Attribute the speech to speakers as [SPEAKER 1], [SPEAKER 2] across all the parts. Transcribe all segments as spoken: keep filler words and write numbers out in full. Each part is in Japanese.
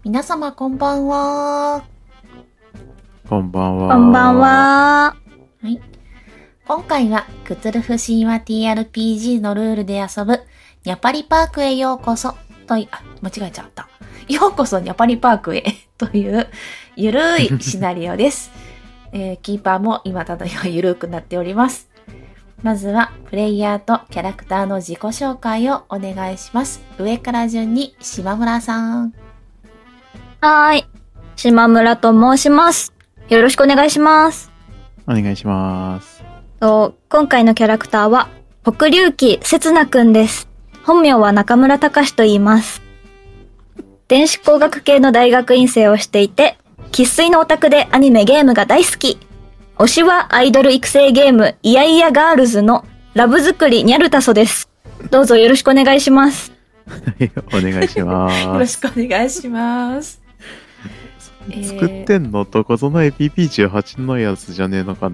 [SPEAKER 1] 皆様こんばんは。
[SPEAKER 2] こんばんは。
[SPEAKER 3] こんばんは。
[SPEAKER 1] はい。今回はクトゥルフ神話 ティーアールピージー のルールで遊ぶニャパリパークへようこそとい、あ、間違えちゃった。ようこそニャパリパークへというゆるいシナリオです。えー、キーパーも今ただゆるくなっております。まずはプレイヤーとキャラクターの自己紹介をお願いします。上から順に島村さん。
[SPEAKER 3] はーい。島村と申します。よろしくお願いします。
[SPEAKER 2] お願いします。
[SPEAKER 3] と今回のキャラクターは北龍騎せつなくんです。本名は中村隆史と言います。電子工学系の大学院生をしていて、生粋のオタクでアニメゲームが大好き。推しはアイドル育成ゲームイヤイヤガールズのラブ作りニャルタソです。どうぞよろしくお願いします。
[SPEAKER 2] お願いします。
[SPEAKER 1] よろしくお願いします。
[SPEAKER 2] 作ってんのどこぞの エーピーピーじゅうはち のやつじゃねえのかな。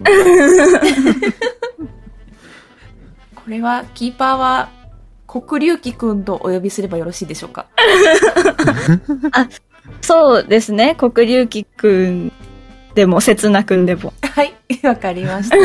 [SPEAKER 1] これはキーパーは黒龍騎くんとお呼びすればよろしいでしょうか。
[SPEAKER 3] あ、そうですね。黒龍騎くんでもせつなくんでも。
[SPEAKER 1] はい、わかりました。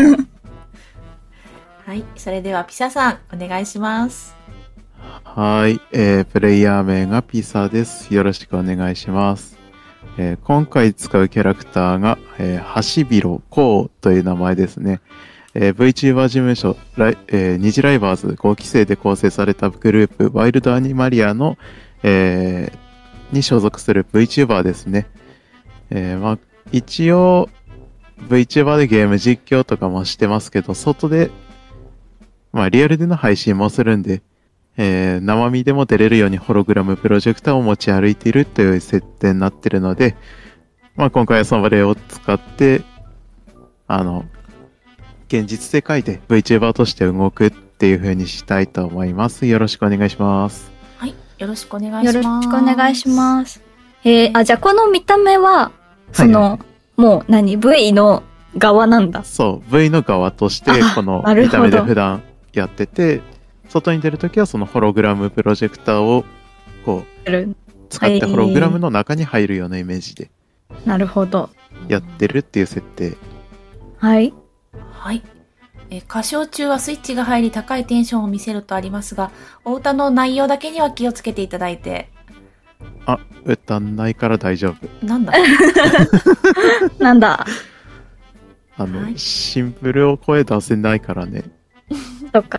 [SPEAKER 1] はい、それではピサさんお願いします。
[SPEAKER 2] はい、えー、プレイヤー名がピサです。よろしくお願いします。えー、今回使うキャラクターが、えー、ハシビロコウという名前ですね。えー、VTuber 事務所ライ、えー、ニジライバーズごきせいで構成されたグループワイルドアニマリアの、えー、に所属する VTuber ですね。えー、まあ一応 VTuber でゲーム実況とかもしてますけど、外でまあリアルでの配信もするんで、えー、生身でも出れるようにホログラムプロジェクターを持ち歩いているという設定になっているので、まあ今回はその例を使って、あの、現実世界で VTuber として動くっていう風にしたいと思います。よろしくお願いします。
[SPEAKER 1] はい、よろしくお願いします。
[SPEAKER 3] よろしくお願いします。えー、あ、じゃあこの見た目は、その、はいはい、もう何 ?V の側なんだ。
[SPEAKER 2] そう、V の側として、この見た目で普段やってて、外に出るときはそのホログラムプロジェクターをこう使ってホログラムの中に入るようなイメージで
[SPEAKER 3] なるほど
[SPEAKER 2] やってるっていう設定。
[SPEAKER 3] はい
[SPEAKER 1] はい。え歌唱中はスイッチが入り高いテンションを見せるとありますが、お歌の内容だけには気をつけていただいて。
[SPEAKER 2] あ、歌んないから大丈夫。
[SPEAKER 1] なんだ
[SPEAKER 3] なんだ
[SPEAKER 2] あの、はい、シンプルを声出せないからね。
[SPEAKER 3] そっか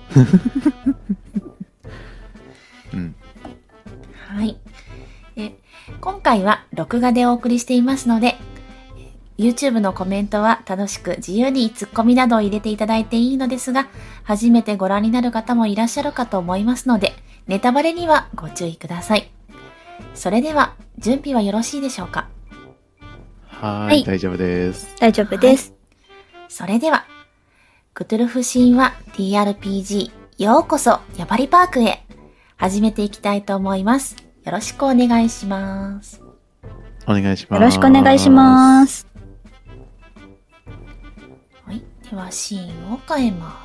[SPEAKER 2] うん、
[SPEAKER 1] はい。え今回は録画でお送りしていますので、YouTube のコメントは楽しく自由にツッコミなどを入れていただいていいのですが、初めてご覧になる方もいらっしゃるかと思いますので、ネタバレにはご注意ください。それでは準備はよろしいでしょうか。
[SPEAKER 2] はい、はい、大丈夫です。
[SPEAKER 3] 大丈夫です。
[SPEAKER 1] はい、それではクトゥルフ神話 ティーアールピージー ようこそニャパリパークへ始めていきたいと思います。よろしくお願いします。
[SPEAKER 2] お願いします。
[SPEAKER 3] よろしくお願いします。
[SPEAKER 1] はい、ではシーンを変えます。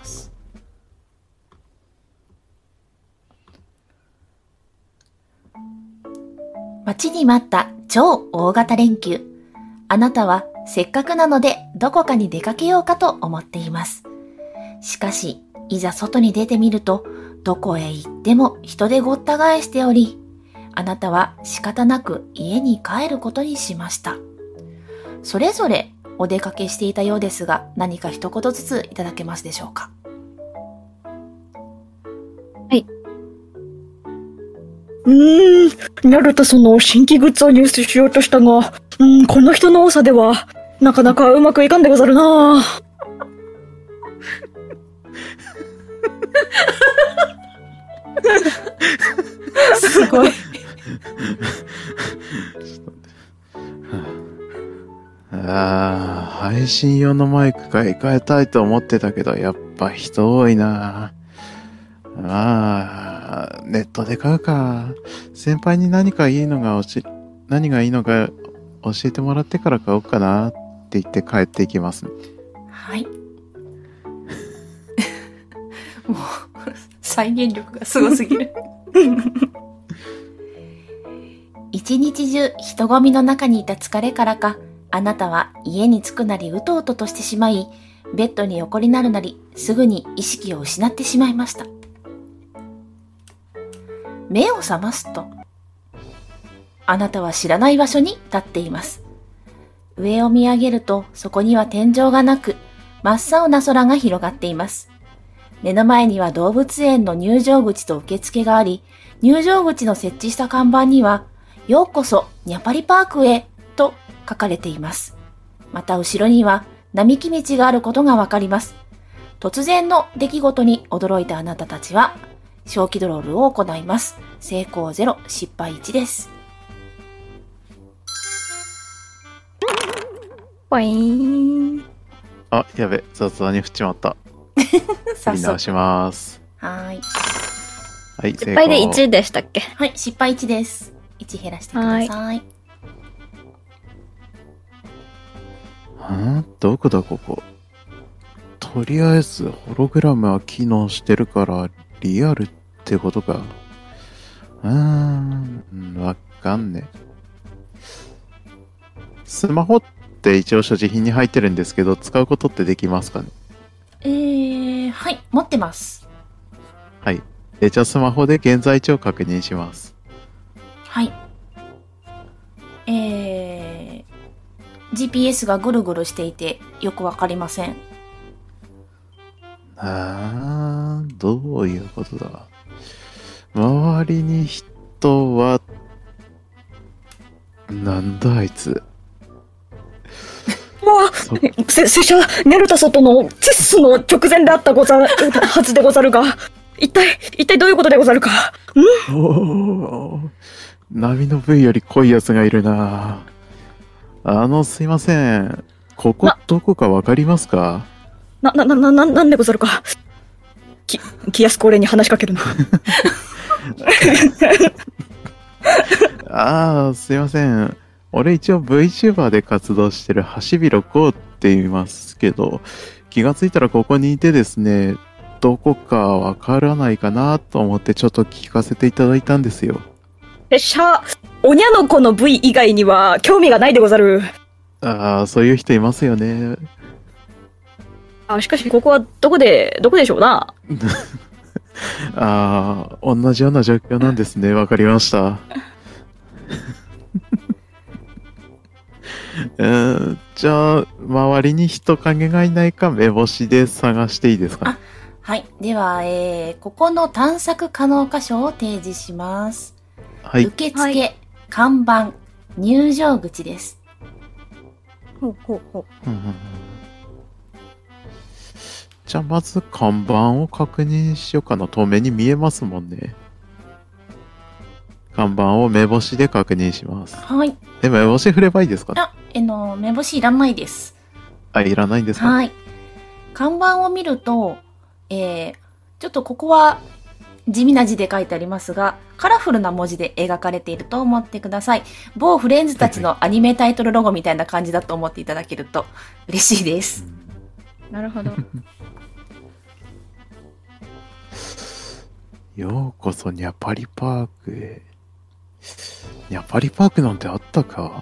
[SPEAKER 1] 待ちに待った超大型連休。あなたはせっかくなのでどこかに出かけようかと思っています。しかし、いざ外に出てみると、どこへ行っても人でごった返しており、あなたは仕方なく家に帰ることにしました。それぞれお出かけしていたようですが、何か一言ずついただけますでしょうか。
[SPEAKER 3] はい。
[SPEAKER 4] うーん、ナルトその新規グッズを入手しようとしたが、うーん、この人の多さでは、なかなかうまくいかんでござるな。
[SPEAKER 1] すごい。
[SPEAKER 2] ああ、配信用のマイク買い替えたいと思ってたけど、やっぱ人多いな。ああ、ネットで買うか。先輩に何かいいのが教え、何がいいのか教えてもらってから買おうかなって言って帰っていきます。
[SPEAKER 1] はい。もう再現力がすごすぎる。 一日中人混みの中にいた疲れからか、あなたは家に着くなりうとうととしてしまい、ベッドに横になるなり、すぐに意識を失ってしまいました。目を覚ますと、あなたは知らない場所に立っています。上を見上げると、そこには天井がなく、真っ青な空が広がっています。目の前には動物園の入場口と受付があり、入場口の設置した看板には、ようこそニャパリパークへと書かれています。また後ろには並木道があることがわかります。突然の出来事に驚いたあなたたちは、小気ドロールを行います。成功ゼロ、失敗いちです。
[SPEAKER 3] ぽいーん。
[SPEAKER 2] あ、やべ、雑談に振っちまった。振り直します。
[SPEAKER 1] はーい。
[SPEAKER 2] はい、成功。
[SPEAKER 3] 失敗でいちでしたっけ？
[SPEAKER 1] はい、失敗いちです。いち減らしてください。
[SPEAKER 2] ん？どこだここ。とりあえずホログラムは機能してるからリアルってことか。うーん、わかんねえ。スマホって一応所持品に入ってるんですけど、使うことってできますかね？
[SPEAKER 1] えー、はい、持ってます。
[SPEAKER 2] はい。え、じゃあスマホで現在地を確認します。
[SPEAKER 1] はい。えー、ジーピーエス がぐるぐるしていてよくわかりません。
[SPEAKER 2] あー、どういうことだ。周りに人は、なんだあいつ。
[SPEAKER 4] わあ、せ、拙者、ネルタソとのチェスの直前であったござる、はずでござるが、一体、一体どういうことでござるか。ん？
[SPEAKER 2] おー、波の V より濃いやつがいるな。あの、すいません。ここどこかわかりますか？
[SPEAKER 4] な、な、な、な、なんでござるか。き、気安高齢に話しかけるな。
[SPEAKER 2] ああ、すいません。俺一応 VTuber で活動してるハシビロコウって言いますけど、気がついたらここにいてですね、どこかわからないかなと思ってちょっと聞かせていただいたんですよ。
[SPEAKER 4] 拙者、おにゃの子の V 以外には興味がないでござる。
[SPEAKER 2] ああ、そういう人いますよね。
[SPEAKER 4] あ、しかしここはどこで、どこでしょうな。
[SPEAKER 2] ああ、同じような状況なんですね。わかりました。えー、じゃあ、周りに人影がいないか目星で探していいですか？
[SPEAKER 1] はい。では、えー、ここの探索可能箇所を提示します。
[SPEAKER 2] はい。
[SPEAKER 1] 受付、
[SPEAKER 3] はい、
[SPEAKER 1] 看板、入場口です。
[SPEAKER 3] ほうほうほう。
[SPEAKER 2] うんうんうん、じゃあまず看板を確認しようかな。透明に見えますもんね。看板を目星で確認します。
[SPEAKER 1] はい。
[SPEAKER 2] え、目星振ればいいですか？
[SPEAKER 1] あ、えの、目星いらないです。
[SPEAKER 2] あ、いらないんですか？
[SPEAKER 1] はい。看板を見ると、えー、ちょっとここは地味な字で書いてありますが、カラフルな文字で描かれていると思ってください。某フレンズたちのアニメタイトルロゴみたいな感じだと思っていただけると嬉しいです。
[SPEAKER 3] なるほど。
[SPEAKER 2] ようこそニャパリパークへ。ニャパリパークなんてあったか？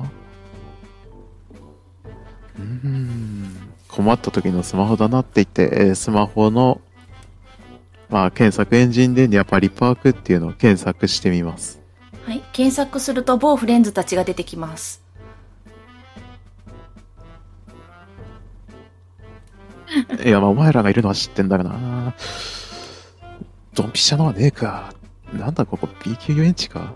[SPEAKER 2] うーん、困った時のスマホだなって言って、えースマホのまあ検索エンジンでニャパリパークっていうのを検索してみます。
[SPEAKER 1] はい。検索すると某フレンズたちが出てきます。
[SPEAKER 2] いや、まあお前らがいるのは知ってんだがな。ドンピシャのはねえか。なんだここ B 級遊園地か。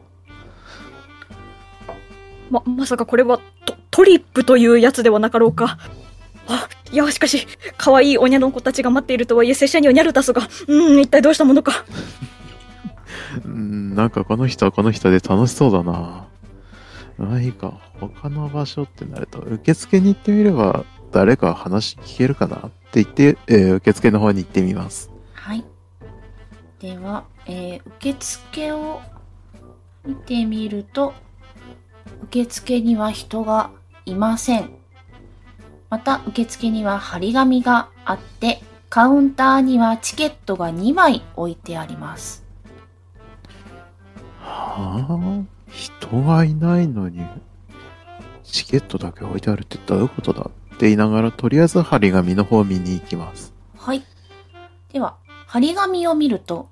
[SPEAKER 4] ま、まさかこれはト、トリップというやつではなかろうか。あ、いや、しかし、可愛いおにゃの子たちが待っているとはいえ、拙者にはニャルタスが、うーん、一体どうしたものか。
[SPEAKER 2] うーん、なんかこの人はこの人で楽しそうだな。まあいいか。他の場所ってなると、受付に行ってみれば、誰か話聞けるかなって言って、えー受付の方に行ってみます。
[SPEAKER 1] はい。では、えー受付を見てみると、受付には人がいません。また、受付には張り紙があって、カウンターにはチケットがにまい置いてあります。
[SPEAKER 2] はあ、 人がいないのに、チケットだけ置いてあるってどういうことだって言いながら、とりあえず張り紙の方を見に行きます。
[SPEAKER 1] はい。では、張り紙を見ると、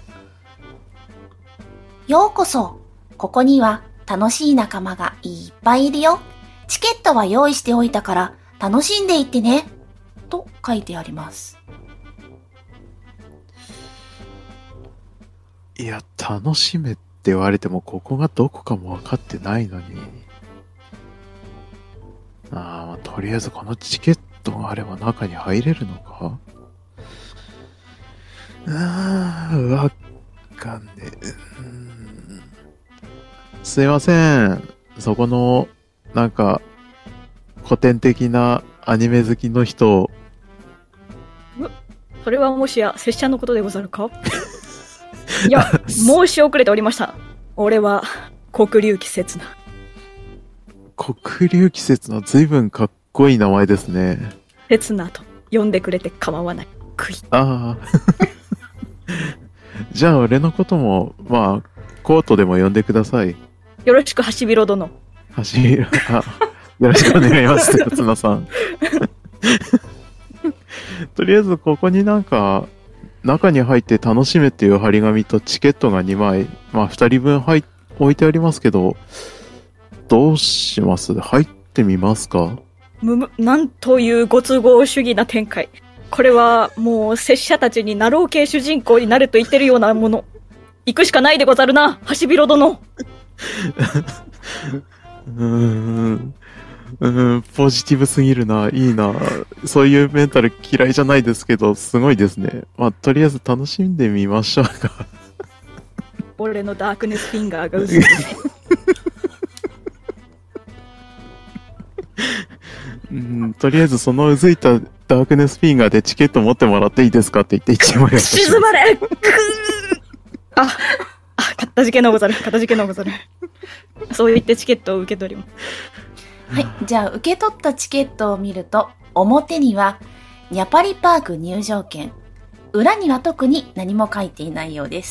[SPEAKER 1] ようこそ。ここには楽しい仲間がいっぱいいるよ。チケットは用意しておいたから楽しんでいってね。と書いてあります。
[SPEAKER 2] いや、楽しめって言われてもここがどこかも分かってないのに。あー、まあ、とりあえずこのチケットがあれば中に入れるのか。あー、わかんねえ。うーん、すいません。そこの、なんか、古典的なアニメ好きの人。
[SPEAKER 4] それはもしや拙者のことでござるか？いや、申し遅れておりました。俺は黒龍季節な。
[SPEAKER 2] 黒龍季節の随分かっこいい名前ですね。
[SPEAKER 4] 節なと呼んでくれて構わない。クイ。あ
[SPEAKER 2] あ。じゃあ俺のことも、まあ、コートでも呼んでください。
[SPEAKER 4] よろしく、ハシビロ殿。
[SPEAKER 2] ハシビロ、あ、よろしくお願いします、つなさん。とりあえずここになんか、中に入って楽しめっていう張り紙とチケットがにまい、まあふたりぶん入置いてありますけど、どうします？入ってみますか？
[SPEAKER 4] むむ、なんというご都合主義な展開。これはもう拙者たちにナロー系主人公になると言ってるようなもの。行くしかないでござるな、ハシビロ殿。
[SPEAKER 2] うーん、うーん、ポジティブすぎるな、いいな。そういうメンタル嫌いじゃないですけど、すごいですね。まあ、とりあえず楽しんでみましょうか。
[SPEAKER 4] 俺のダークネスフィンガーが薄い。
[SPEAKER 2] うん、とりあえずそのうずいたダークネスフィンガーでチケット持ってもらっていいですかって言って一枚渡します。
[SPEAKER 4] 静まれ。あ、あ、かたじけのござる、かたじけのござる。そう言ってチケットを受け取ります。
[SPEAKER 1] はい。じゃあ、受け取ったチケットを見ると、表には、ニャパリパーク入場券。裏には特に何も書いていないようです。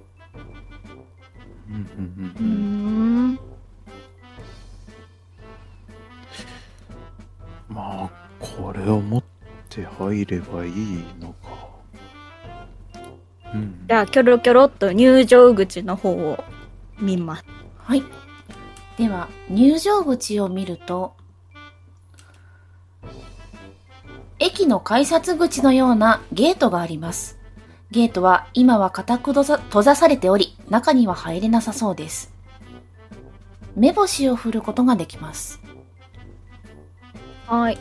[SPEAKER 2] うんうん
[SPEAKER 4] うーん。
[SPEAKER 2] まあ、これを持って入ればいいのか。うん。
[SPEAKER 4] じゃあ、キョロキョロっと入場口の方を見ます。
[SPEAKER 1] はい。では、入場口を見ると、駅の改札口のようなゲートがあります。ゲートは今は固く閉ざされており、中には入れなさそうです。目星を振ることができます。
[SPEAKER 4] はい。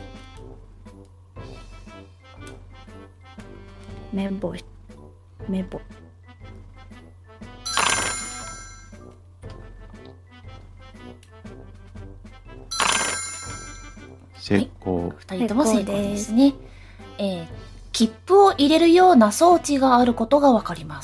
[SPEAKER 4] 目星。目星。
[SPEAKER 2] 成功。
[SPEAKER 1] 二人とも成功ですね。えー、切符を入れるような装置があることがわかります。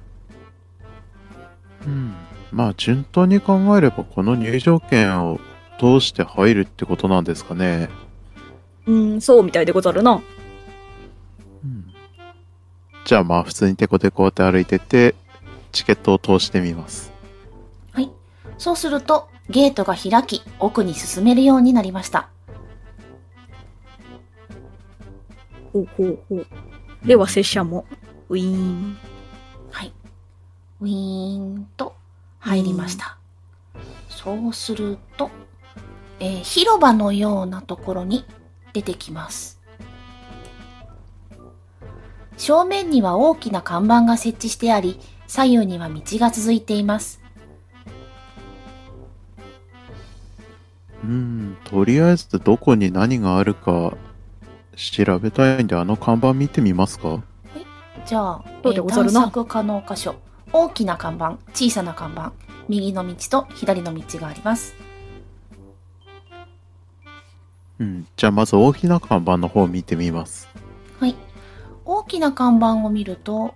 [SPEAKER 2] うん。まあ、順当に考えれば、この入場券を通して入るってことなんですかね。
[SPEAKER 4] うん、そうみたいでござるな。
[SPEAKER 2] うん。じゃあまあ、普通にテコテコって歩いてて、チケットを通してみます。
[SPEAKER 1] はい。そうすると、ゲートが開き、奥に進めるようになりました。
[SPEAKER 4] ほうほうほう。では、拙者も、ウィーン。
[SPEAKER 1] はい。ウィーンと入りました。そうすると、えー、広場のようなところに出てきます。正面には大きな看板が設置してあり、左右には道が続いています。
[SPEAKER 2] うん、とりあえずどこに何があるか調べたいんで、あの看板見てみますか？はい。
[SPEAKER 1] じゃあ、
[SPEAKER 4] どうでござるな。
[SPEAKER 1] 探索可能箇所。大きな看板、小さな看板、右の道と左の道があります。
[SPEAKER 2] うん、じゃあまず大きな看板の方を見てみます。
[SPEAKER 1] はい。大きな看板を見ると、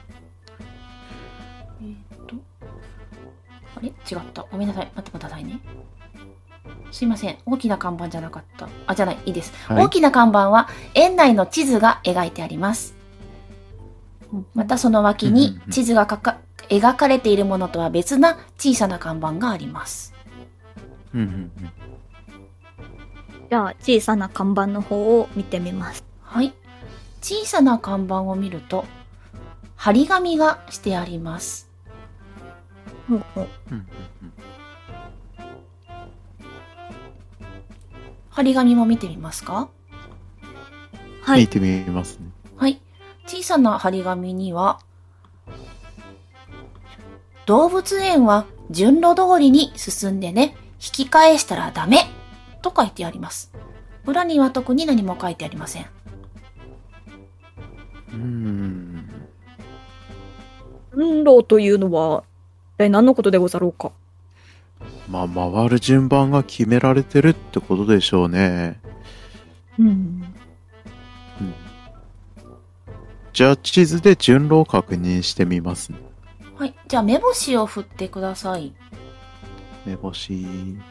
[SPEAKER 1] えっと、あれ違った。ごめんなさい。待ってくださいね。すいません。大きな看板じゃなかった。あ、じゃない。いいです。はい、大きな看板は、園内の地図が描いてあります。またその脇に地図がかか、 描かれているものとは別な小さな看板があります。
[SPEAKER 2] うんうんうん。
[SPEAKER 3] じゃあ、小さな看板の方を見てみます。
[SPEAKER 1] はい。小さな看板を見ると、張り紙がしてあります。
[SPEAKER 3] ほうほう。
[SPEAKER 2] うんうんうん。
[SPEAKER 1] 張り紙も見てみますか？
[SPEAKER 3] はい。
[SPEAKER 2] 見てみますね。
[SPEAKER 1] はい。小さな張り紙には、動物園は順路通りに進んでね、引き返したらダメと書いてあります。裏には特に何も書いてありません。
[SPEAKER 2] うーん。
[SPEAKER 4] 運路というのは、一体何のことでござろうか。
[SPEAKER 2] まあ、回る順番が決められてるってことでしょうね。
[SPEAKER 4] うん。
[SPEAKER 2] うん。じゃあ、地図で順路を確認してみますね。
[SPEAKER 1] はい。じゃあ、目星を振ってください。
[SPEAKER 2] 目星。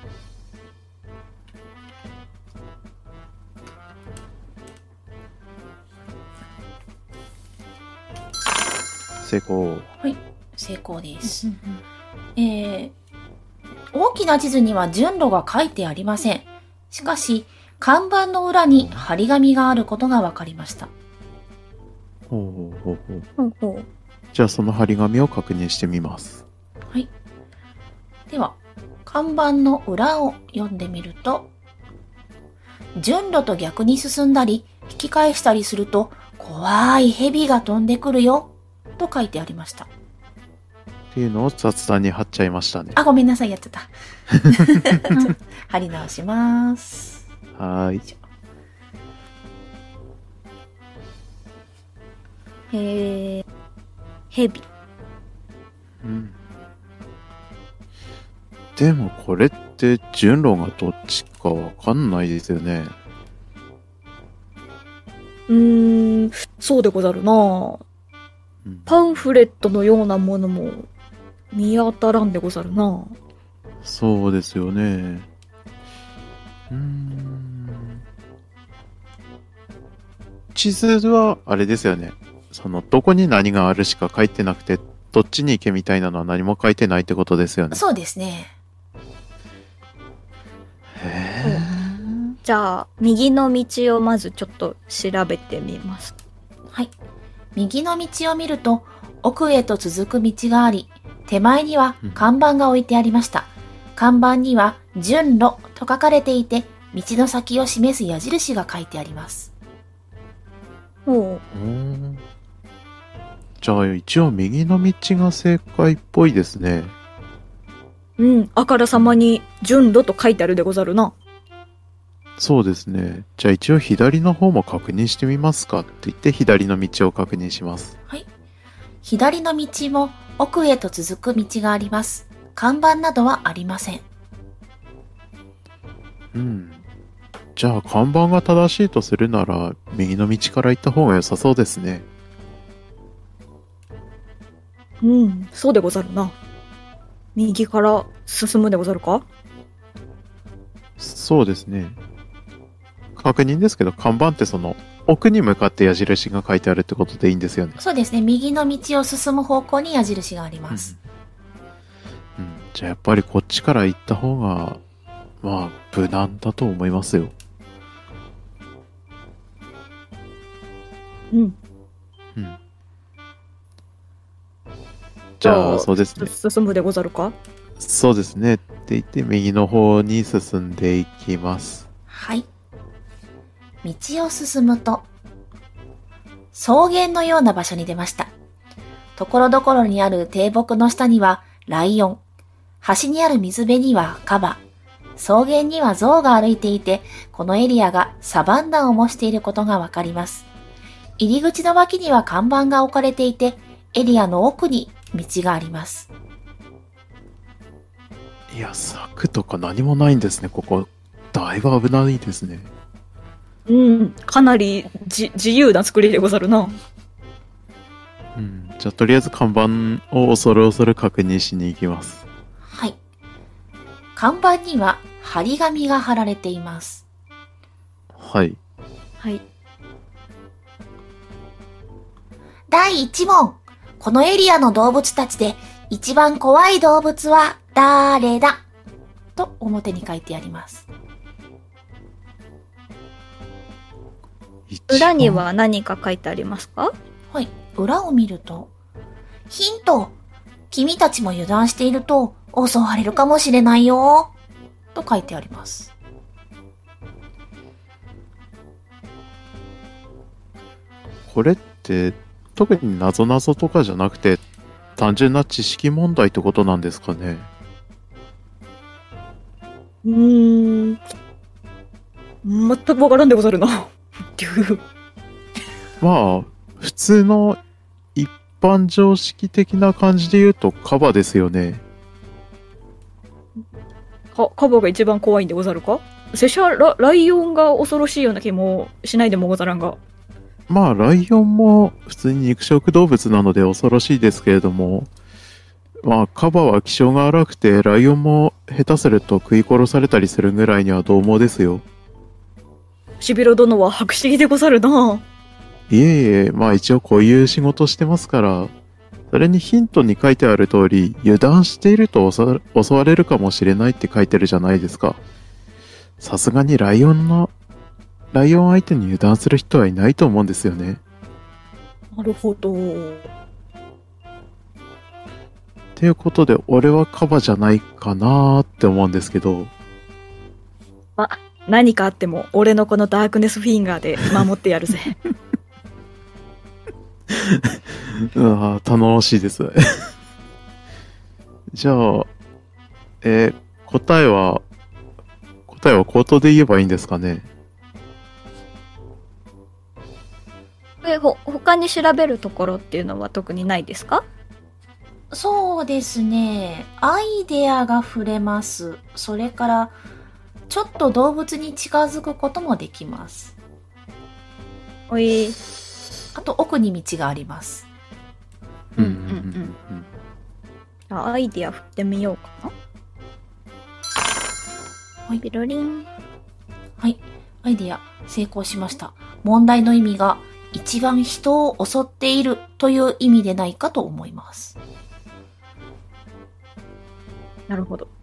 [SPEAKER 2] 成功。
[SPEAKER 1] はい。成功です。えー、大きな地図には順路が書いてありません。しかし、看板の裏に張り紙があることが分かりました。
[SPEAKER 2] ほうほうほう。
[SPEAKER 3] ほうほう。
[SPEAKER 2] じゃあ、その張り紙を確認してみます。
[SPEAKER 1] はい。では、看板の裏を読んでみると、順路と逆に進んだり、引き返したりすると、怖い蛇が飛んでくるよ、と書いてありました。
[SPEAKER 2] っていうのを雑談に貼っちゃいましたね。
[SPEAKER 1] あ、ごめんなさい、やってた。ちょっと貼り直します。
[SPEAKER 2] はーい。
[SPEAKER 3] へー、ヘビ。
[SPEAKER 2] うん。でもこれって順路がどっちかわかんないですよね。
[SPEAKER 4] うーん、そうでござるな。
[SPEAKER 2] うん、
[SPEAKER 4] パンフレットのようなものも見当たらんでござるな。
[SPEAKER 2] そうですよね。うーん。地図はあれですよね。そのどこに何があるしか書いてなくて、どっちに行けみたいなのは何も書いてないってことですよね。
[SPEAKER 1] そうですね。
[SPEAKER 2] へー。
[SPEAKER 3] じゃあ、右の道をまずちょっと調べてみます。
[SPEAKER 1] はい。右の道を見ると、奥へと続く道があり、手前には看板が置いてありました。うん、看板には、順路と書かれていて、道の先を示す矢印が書いてあります。
[SPEAKER 3] ほ
[SPEAKER 2] う。ん。じゃあ、一応右の道が正解っぽいですね。
[SPEAKER 4] うん、あからさまに順路と書いてあるでござるな。
[SPEAKER 2] そうですね。じゃあ一応左の方も確認してみますかって言って左の道を確認します。
[SPEAKER 1] はい。左の道も奥へと続く道があります。看板などはありません。
[SPEAKER 2] うん。じゃあ看板が正しいとするなら右の道から行った方が良さそうですね。
[SPEAKER 4] うん、そうでござるな。右から進むでござるか？
[SPEAKER 2] そうですね。確認ですけど、看板ってその奥に向かって矢印が書いてあるってことでいいんですよね。
[SPEAKER 1] そうですね。右の道を進む方向に矢印があります。
[SPEAKER 2] うん。うん、じゃあやっぱりこっちから行った方が、まあ、無難だと思いますよ。
[SPEAKER 4] うん。
[SPEAKER 2] うん。じゃあ、そうですね。
[SPEAKER 4] 進むでござるか？
[SPEAKER 2] そうですね。って言って右の方に進んでいきます。
[SPEAKER 1] はい。道を進むと、草原のような場所に出ました。ところどころにある低木の下にはライオン、端にある水辺にはカバ、草原には象が歩いていて、このエリアがサバンナを模していることがわかります。入り口の脇には看板が置かれていて、エリアの奥に道があります。
[SPEAKER 2] いや、柵とか何もないんですね、ここ。だいぶ危ないですね。
[SPEAKER 4] うん、かなりじ自由な作りでござるな。
[SPEAKER 2] うん、じゃあとりあえず看板を恐る恐る確認しに行きます。
[SPEAKER 1] はい。看板には張り紙が貼られています。
[SPEAKER 2] はい。
[SPEAKER 3] はい。
[SPEAKER 1] だいいち問。 このエリアの動物たちで一番怖い動物は誰だと表に書いてあります。
[SPEAKER 3] 裏には何か書いてありますか？
[SPEAKER 1] はい。裏を見ると、ヒント。君たちも油断していると襲われるかもしれないよ。と書いてあります。
[SPEAKER 2] これって特に謎々とかじゃなくて単純な知識問題ってことなんですかね。
[SPEAKER 4] うーん。全くわからんでござるな。っていう。
[SPEAKER 2] まあ普通の一般常識的な感じで言うとカバですよね。
[SPEAKER 4] か、カバが一番怖いんでござるか？拙者ラ、ライオンが恐ろしいような気もしないでもござらんが。
[SPEAKER 2] まあライオンも普通に肉食動物なので恐ろしいですけれども、まあカバは気性が荒くてライオンも下手すると食い殺されたりするぐらいには獰猛ですよ。
[SPEAKER 4] シビロ殿は白紙でござるな。
[SPEAKER 2] いえいえ、まあ一応こういう仕事してますから、それにヒントに書いてある通り、油断していると襲襲われるかもしれないって書いてるじゃないですか。さすがにライオンの、ライオン相手に油断する人はいないと思うんですよね。
[SPEAKER 4] なるほど。
[SPEAKER 2] っていうことで、俺はカバじゃないかなーって思うんですけど。
[SPEAKER 4] あ、何かあっても、俺のこのダークネスフィンガーで守ってやるぜ。
[SPEAKER 2] うわ頼もしいです。じゃあ、えー答えは、答えは口頭で言えばいいんですかね。
[SPEAKER 3] え、ほ、他に調べるところっていうのは特にないですか？
[SPEAKER 1] そうですね。アイデアが触れます。それから、ちょっと動物に近づくこともできます。
[SPEAKER 3] おい。
[SPEAKER 1] あと奥に道があります。
[SPEAKER 3] うんうんうんうん。アイディア振ってみようかな。
[SPEAKER 1] はい。
[SPEAKER 3] ピロリン。
[SPEAKER 1] はい。アイディア成功しました。問題の意味が一番人を襲っているという意味でないかと思います。
[SPEAKER 4] なるほど。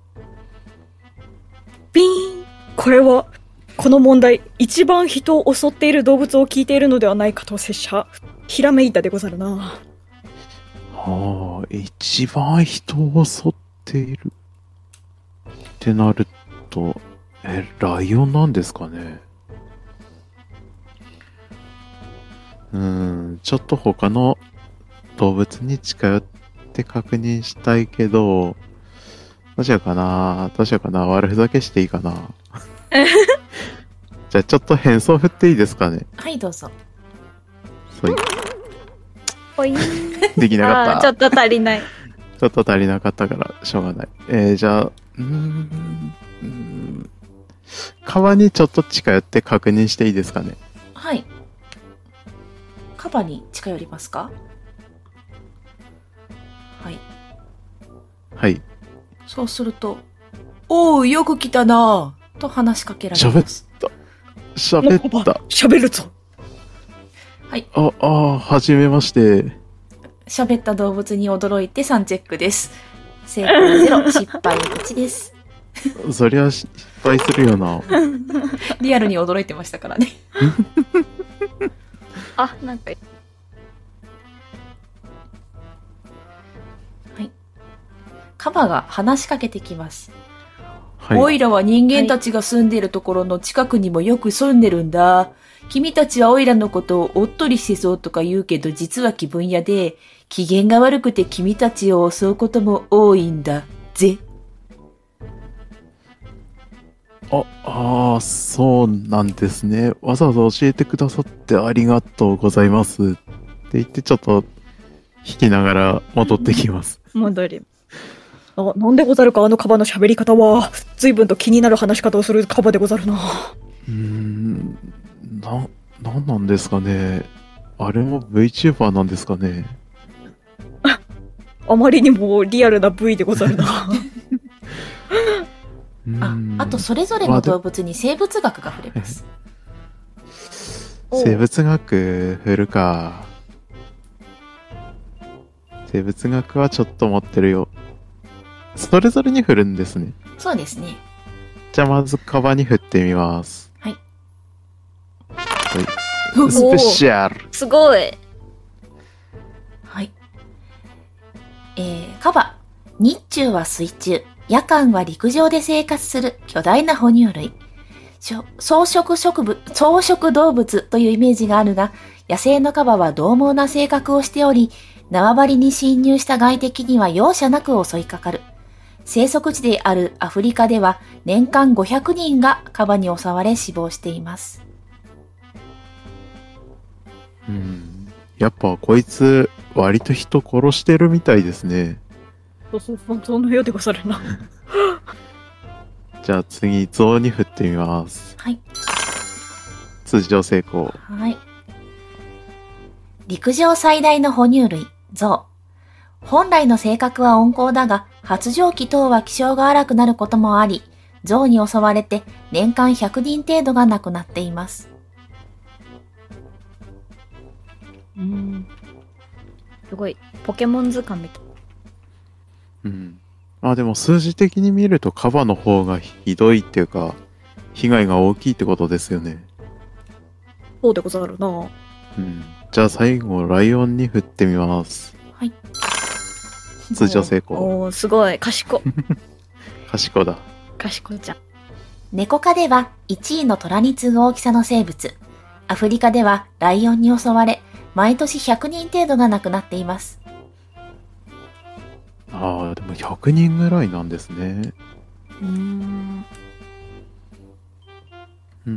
[SPEAKER 4] ビーン。これは、この問題、一番人を襲っている動物を聞いているのではないかと拙者、ひらめいたでござるな。
[SPEAKER 2] はあ、一番人を襲っているってなると、え、ライオンなんですかね。うーん、ちょっと他の動物に近寄って確認したいけど、どうしようかな、どうしようかな、悪ふざけしていいかな。じゃあちょっと変装振っていいですかね。
[SPEAKER 1] はい、どうぞ。
[SPEAKER 2] そう
[SPEAKER 3] おい。
[SPEAKER 2] できなかった。
[SPEAKER 3] あーちょっと足りない。
[SPEAKER 2] ちょっと足りなかったからしょうがない。えー、じゃあ、うーん、うーん川にちょっと近寄って確認していいですかね。
[SPEAKER 1] はい。カバに近寄りますか？はい。
[SPEAKER 2] はい。
[SPEAKER 1] そうすると、おう、よく来たなぁと話しかけられます。
[SPEAKER 2] 喋った。
[SPEAKER 4] 喋るぞ。
[SPEAKER 1] はい。
[SPEAKER 2] あ、あー、はじめまして。
[SPEAKER 1] 喋った動物に驚いてさんチェックです。成功ゼロ、失敗いちです。
[SPEAKER 2] そりゃ失敗するよな。
[SPEAKER 1] リアルに驚いてましたからね。
[SPEAKER 3] あ、なんか。
[SPEAKER 1] はい。カバが話しかけてきます。
[SPEAKER 2] はい。
[SPEAKER 1] おいらは人間たちが住んでるところの近くにもよく住んでるんだ。君たちはおいらのことをおっとりしてそうとか言うけど、実は気分屋で、機嫌が悪くて君たちを襲うことも多いんだぜ。
[SPEAKER 2] あ、あー、そうなんですね。わざわざ教えてくださってありがとうございます。って言ってちょっと引きながら戻ってきます。
[SPEAKER 3] 戻り。
[SPEAKER 4] あ、なんでござるか、あのカバの喋り方は。随分と気になる話し方をするカバでござるな。
[SPEAKER 2] うーん、な、なんなんですかね。あれも VTuber なんですかね。
[SPEAKER 4] あまりにもリアルな V でござるな。
[SPEAKER 1] あ、あとそれぞれの動物に生物学が触れます。
[SPEAKER 2] 生物学振るか。 生物学はちょっと持ってるよ。それぞれに振るんですね。
[SPEAKER 1] そうですね。
[SPEAKER 2] じゃあまずカバに振ってみます。
[SPEAKER 1] はい。
[SPEAKER 2] はい、スペシャル。
[SPEAKER 3] すごい。
[SPEAKER 1] はい。えー、カバ。日中は水中、夜間は陸上で生活する巨大な哺乳類。草食植物、草食動物というイメージがあるが、野生のカバは獰猛な性格をしており、縄張りに侵入した外敵には容赦なく襲いかかる。生息地であるアフリカでは年間ごひゃくにんがカバに襲われ死亡しています。
[SPEAKER 2] うん。やっぱこいつ割と人殺してるみたいですね。
[SPEAKER 4] そうそうそう、そのようでござるな。
[SPEAKER 2] じゃあ次、象に振ってみます。
[SPEAKER 1] はい。
[SPEAKER 2] 通常成功。
[SPEAKER 1] はい。陸上最大の哺乳類、象。本来の性格は温厚だが、発情期等は気性が荒くなることもあり、象に襲われて年間ひゃくにん程度が亡くなっています。
[SPEAKER 3] うん。すごい、ポケモン図鑑みたい。
[SPEAKER 2] うん。まあでも数字的に見るとカバの方がひどいっていうか、被害が大きいってことですよね。
[SPEAKER 4] そうでござるな。
[SPEAKER 2] うん。じゃあ最後、ライオンに振ってみます。
[SPEAKER 1] はい。
[SPEAKER 2] 通常成功。
[SPEAKER 3] おー、すごい、賢。
[SPEAKER 2] 賢だ。
[SPEAKER 3] 賢いじゃん。
[SPEAKER 1] 猫科ではいちいの虎に次ぐ大きさの生物。アフリカではライオンに襲われ、毎年ひゃくにん程度が亡くなっています。
[SPEAKER 2] ああ、でもひゃくにんぐらいなんですね。
[SPEAKER 3] うーん。
[SPEAKER 2] うんうんうん。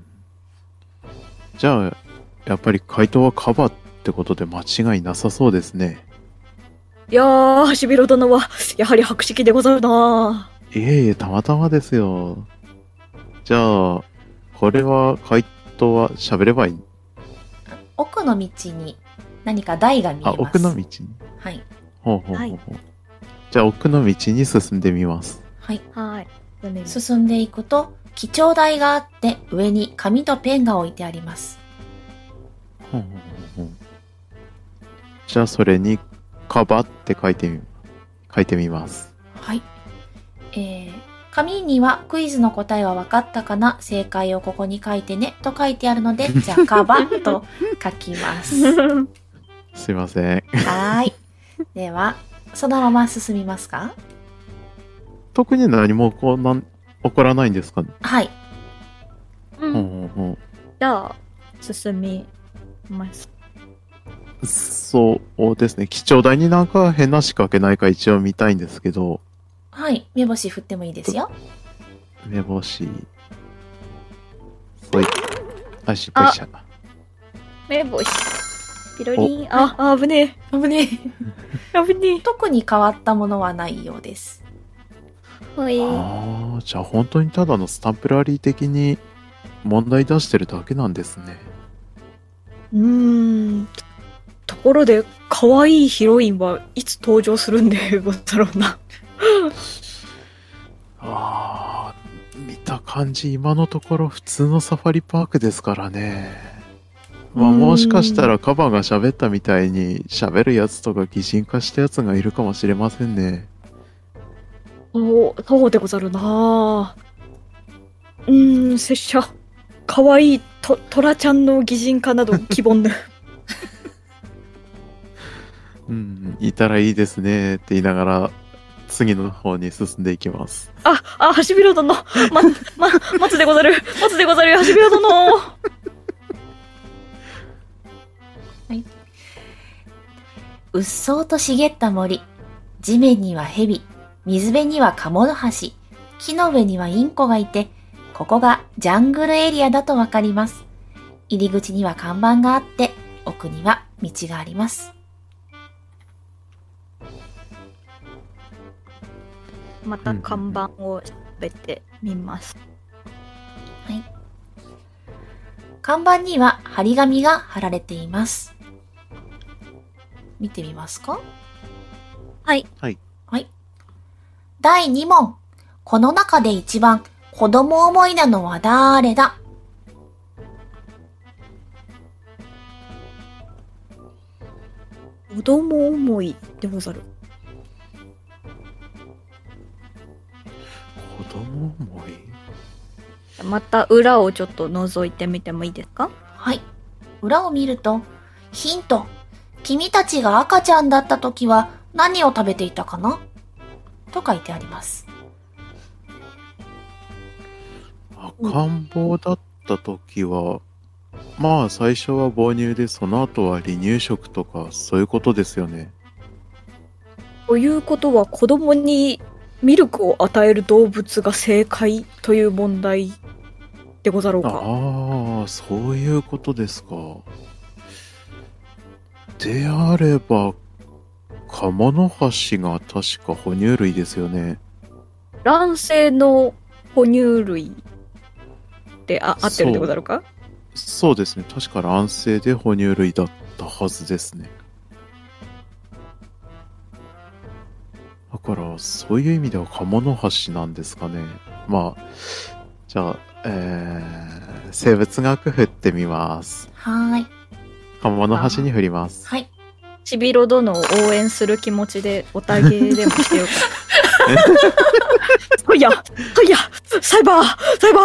[SPEAKER 2] じゃあ、やっぱり回答はカバってことで間違いなさそうですね。
[SPEAKER 4] いやー、ハシビロ殿は、やはり博識でござるな。
[SPEAKER 2] いえいえ、たまたまですよ。じゃあ、これは回答は喋ればいい？
[SPEAKER 1] 奥の道に何か台が見えます。
[SPEAKER 2] あ、奥の道に。
[SPEAKER 1] はい。
[SPEAKER 2] ほうほうほうほう。はい、じゃあ、奥の道に進んでみます。
[SPEAKER 1] はい。
[SPEAKER 3] はい。
[SPEAKER 1] 進んでいくと、記帳台があって、上に紙とペンが置いてあります。
[SPEAKER 2] ほうほうほうほう。じゃあ、それに、カバって書いてみ、書いてみます。
[SPEAKER 1] はい。えー、紙にはクイズの答えは分かったかな？正解をここに書いてねと書いてあるので、じゃあカバと書きます。
[SPEAKER 2] すいません。
[SPEAKER 1] はい。では、そのまま進みますか？
[SPEAKER 2] 特に何もこうなん起こらないんですかね？
[SPEAKER 1] はい。
[SPEAKER 3] うん。
[SPEAKER 2] ほうほうほう。
[SPEAKER 3] じゃあ、進みます。
[SPEAKER 2] そうですね。記帳台になんか変な仕掛けないか一応見たいんですけど。
[SPEAKER 1] はい。目星振ってもいいですよ。
[SPEAKER 2] 目星。そい。あ、失敗した。
[SPEAKER 3] 目星。ピロリン。
[SPEAKER 4] あ、あ、危ね
[SPEAKER 1] 危ねえ。
[SPEAKER 4] え。危ねえ。
[SPEAKER 1] 特に変わったものはないようです。
[SPEAKER 3] ほい。
[SPEAKER 2] ああ、じゃあ本当にただのスタンプラリー的に問題出してるだけなんですね。
[SPEAKER 4] うーん。ところで、可愛いヒロインはいつ登場するんでござろうな。
[SPEAKER 2] ああ、見た感じ今のところ普通のサファリパークですからね。まあもしかしたらカバが喋ったみたいに喋るやつとか擬人化したやつがいるかもしれませんね。
[SPEAKER 4] そう、そうでござるな。うーん、拙者。可愛いと、トラちゃんの擬人化など希望ぬ。
[SPEAKER 2] うん、いたらいいですねって言いながら次の方に進んでいきます。
[SPEAKER 4] あ、あ、ハシビロ殿。ま、ま、待つでござる。待つでござるよ、ハシビロ殿。
[SPEAKER 1] はい。うっそうと茂った森。地面には蛇、水辺にはカモノハシ、木の上にはインコがいて、ここがジャングルエリアだとわかります。入り口には看板があって、奥には道があります。
[SPEAKER 3] また看板をべてみます。
[SPEAKER 1] はい。看板には張り紙が貼られています。見てみますか？
[SPEAKER 3] はい。
[SPEAKER 2] はい。
[SPEAKER 1] はい。だいに問。この中で一番子供思いなのは誰だ？
[SPEAKER 4] 子供思いでござる。
[SPEAKER 2] 子供思い。
[SPEAKER 4] また裏をちょっと覗いてみてもいいですか？
[SPEAKER 1] はい。裏を見ると、ヒント。君たちが赤ちゃんだった時は何を食べていたかなと書いてあります。
[SPEAKER 2] 赤ん坊だった時は、まあ最初は母乳で、その後は離乳食とかそういうことですよね。
[SPEAKER 4] ということは子供にミルクを与える動物が正解という問題でござろうか。
[SPEAKER 2] ああ、そういうことですか。であれば、カモノハシが確か哺乳類ですよね。
[SPEAKER 4] 卵性の哺乳類であ合ってるでござるか？
[SPEAKER 2] そうですね。確か卵性で哺乳類だったはずですね。だから、そういう意味ではカモノハシなんですかね。まあ、じゃあ、えー、生物学振ってみます。
[SPEAKER 1] はーい。
[SPEAKER 2] カモノハシに振ります。
[SPEAKER 1] はい。
[SPEAKER 4] ちびろ殿を応援する気持ちでおたげでもしてようか。そいや、そいや、サイバー、サイバー。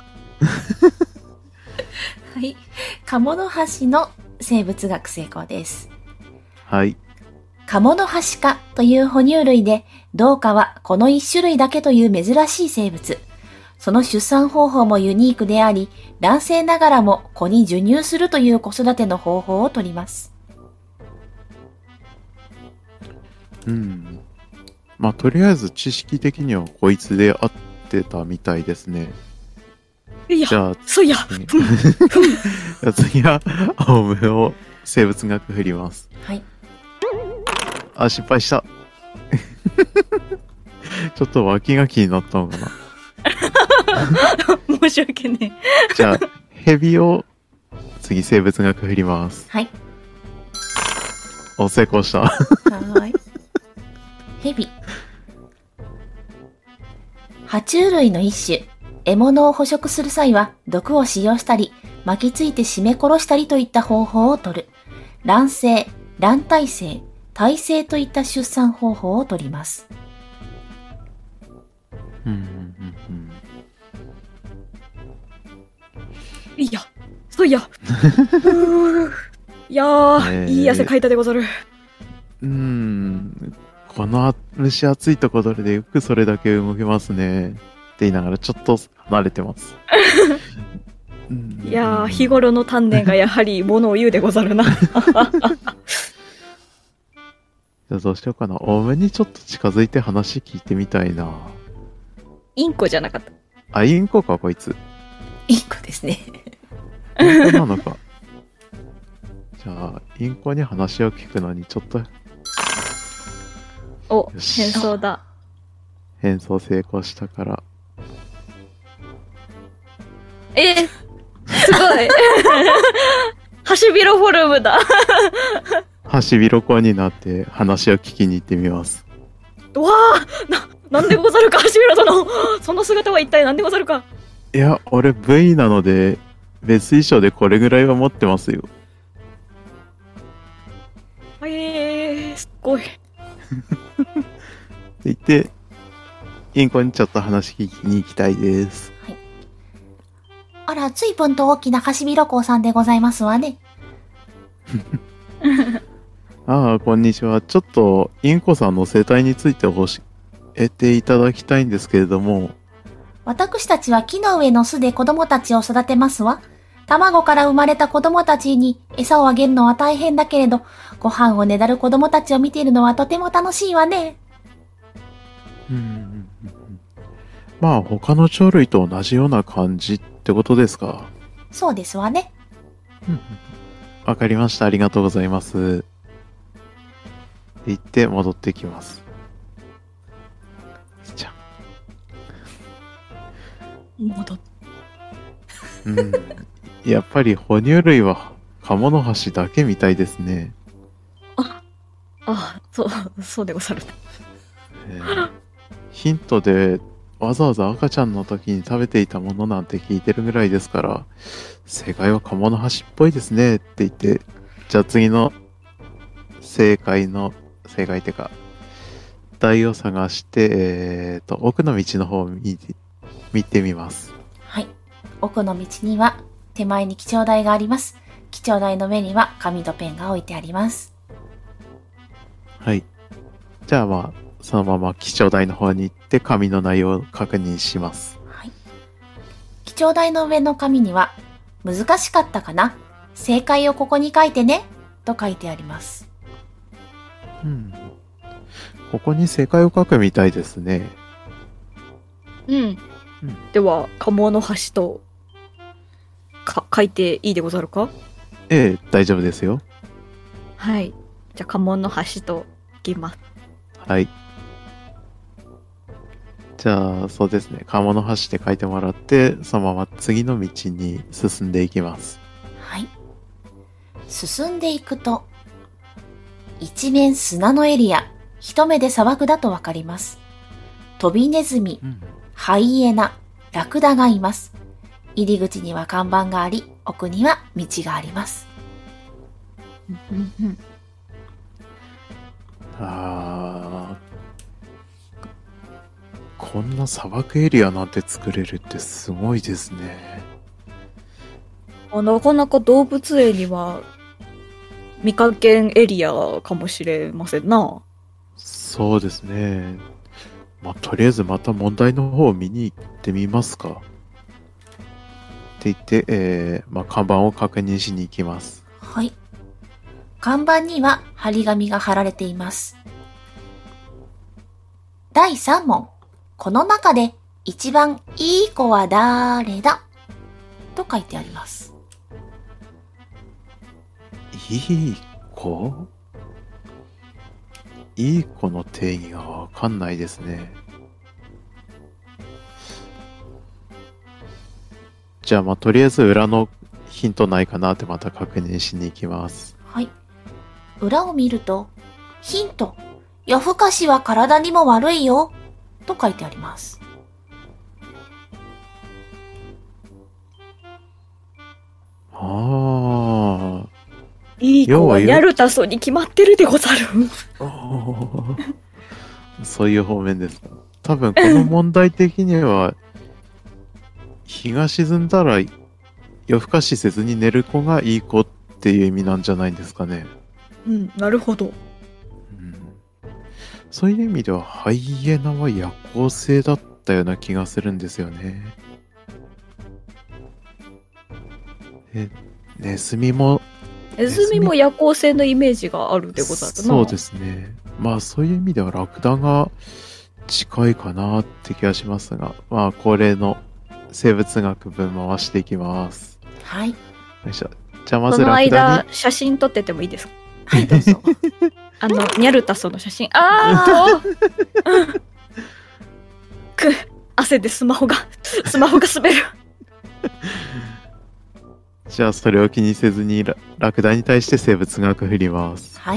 [SPEAKER 1] はい。カモノハシの生物学成功です。
[SPEAKER 2] はい。
[SPEAKER 1] カモノハシ科という哺乳類で、同科はこの一種類だけという珍しい生物。その出産方法もユニークであり、卵性ながらも子に授乳するという子育ての方法をとります。
[SPEAKER 2] うん。まあ、とりあえず知識的にはこいつで合ってたみたいですね。
[SPEAKER 4] いや、
[SPEAKER 2] じゃあ、
[SPEAKER 4] そいや。
[SPEAKER 2] 次じゃあ次は、青ムを生物学振ります。
[SPEAKER 1] はい。
[SPEAKER 2] あ、失敗した。ちょっと脇が気になったのかな。
[SPEAKER 4] 申し訳ねえ。
[SPEAKER 2] じゃあ、ヘビを次生物学振ります。
[SPEAKER 1] はい。
[SPEAKER 2] お、成功した。
[SPEAKER 1] はーい。ヘビ。爬虫類の一種。獲物を捕食する際は毒を使用したり、巻きついて絞め殺したりといった方法をとる。卵生、卵胎生、胎生といった出産方法をとります。
[SPEAKER 2] うんうんうんうん。
[SPEAKER 4] いや、そいや。うーいやー、
[SPEAKER 2] えー
[SPEAKER 4] いい汗かいたでござる。
[SPEAKER 2] うーん。この蒸し暑いところでよくそれだけ動けますね。って言いながらちょっと離れてます。
[SPEAKER 4] いやー、日頃の鍛錬がやはりものを言うでござるな。
[SPEAKER 2] じゃあどうしようかな。多めにちょっと近づいて話聞いてみたいな。
[SPEAKER 4] インコじゃなかった。
[SPEAKER 2] あ、インコか、こいつ。
[SPEAKER 1] インコですね。
[SPEAKER 2] インコなのか。じゃあ、インコに話を聞くのにちょっと
[SPEAKER 4] お、
[SPEAKER 2] よし
[SPEAKER 4] 変装だ。
[SPEAKER 2] 変装成功したから。
[SPEAKER 4] えー、すごい。ハシビロフォルムだ。
[SPEAKER 2] ハシビロコウになって話を聞きに行ってみます。
[SPEAKER 4] わあ、な、なんでござるか、ハシビロ殿。その姿は一体なんでござるか。
[SPEAKER 2] いや、俺 ブイ なので、別衣装でこれぐらいは持ってますよ。
[SPEAKER 4] えー、すっごい。
[SPEAKER 2] って言って、インコにちょっと話聞きに行きたいです。
[SPEAKER 1] あら、随分と大きなハシビロコウさんでございますわね。
[SPEAKER 2] ああ、こんにちは。ちょっと、インコさんの生態について教えていただきたいんですけれども。
[SPEAKER 1] 私たちは木の上の巣で子供たちを育てますわ。卵から生まれた子供たちに餌をあげるのは大変だけれど、ご飯をねだる子供たちを見ているのはとても楽しいわね。
[SPEAKER 2] うんうんうん、まあ、他の鳥類と同じような感じってことですか。
[SPEAKER 1] そうですわね。
[SPEAKER 2] わかりました。ありがとうございます。って言って戻ってきます。じゃあ。
[SPEAKER 4] 戻っ
[SPEAKER 2] うん。やっぱり哺乳類はカモノハシだけみたいですね。
[SPEAKER 4] あ、あ、そう、そうでござる。
[SPEAKER 2] えーヒントでわざわざ赤ちゃんの時に食べていたものなんて聞いてるぐらいですから、正解はカモノハシっぽいですねって言って、じゃあ次の正解の、正解っていうか、台を探して、えーと、奥の道の方を見て、見てみます。
[SPEAKER 1] はい。奥の道には手前に記帳台があります。記帳台の上には紙とペンが置いてあります。
[SPEAKER 2] はい。じゃあまあ、そのまま記帳台の方に行って紙の内容を確認します。
[SPEAKER 1] はい。記帳台の上の紙には、難しかったかな？正解をここに書いてねと書いてあります。
[SPEAKER 2] うん。ここに正解を書くみたいですね。
[SPEAKER 4] うん。うん、では、鴨の橋と、か、書いていいでござるか？
[SPEAKER 2] ええ、大丈夫ですよ。
[SPEAKER 4] はい。じゃあ、鴨の橋と書きます。
[SPEAKER 2] はい。じゃあ、そうですね。鴨の橋で書いてもらって、そのまま次の道に進んでいきます。
[SPEAKER 1] はい。進んでいくと、一面砂のエリア、一目で砂漠だとわかります。トビネズミ、うん、ハイエナ、ラクダがいます。入り口には看板があり、奥には道があります。
[SPEAKER 2] あー、こんな砂漠エリアなんて作れるってすごいですね。
[SPEAKER 4] なかなか動物園には見かけんエリアかもしれませんな。
[SPEAKER 2] そうですね。まあ、とりあえずまた問題の方を見に行ってみますか。って言って、えー、まあ、看板を確認しに行きます。
[SPEAKER 1] はい。看板には張り紙が貼られています。だいさん問。この中で一番いい子は誰だ？と書いてあります。
[SPEAKER 2] いい子？いい子の定義がわかんないですね。じゃあまあとりあえず裏のヒントないかなってまた確認しに行きます。
[SPEAKER 1] はい。裏を見ると、ヒント、夜更かしは体にも悪いよ、と書いてあります。
[SPEAKER 2] ああ。
[SPEAKER 4] いい子はヤルタソに決まってるでござる。
[SPEAKER 2] そういう方面ですか。多分この問題的には、日が沈んだら夜更かしせずに寝る子がいい子っていう意味なんじゃないんですかね。
[SPEAKER 4] うん、なるほど。
[SPEAKER 2] うん、そういう意味ではハイエナは夜行性だったような気がするんですよね。え、ネズミも
[SPEAKER 4] ネズミも夜行性のイメージがあるでござるな。
[SPEAKER 2] そうですね。まあそういう意味ではラクダが近いかなって気がしますが、まあ恒例の生物学分回していきます。
[SPEAKER 1] はい。よ
[SPEAKER 2] いしょ。じゃあまずラクダに。
[SPEAKER 4] その間写真撮っててもいいですか？
[SPEAKER 1] はい、どうぞ。
[SPEAKER 4] あの、ニャルタソの写真。あーく、汗でスマホが、スマホが滑る。
[SPEAKER 2] じゃあそれを気にせずにララクダに対して生物学振ります。
[SPEAKER 1] はい。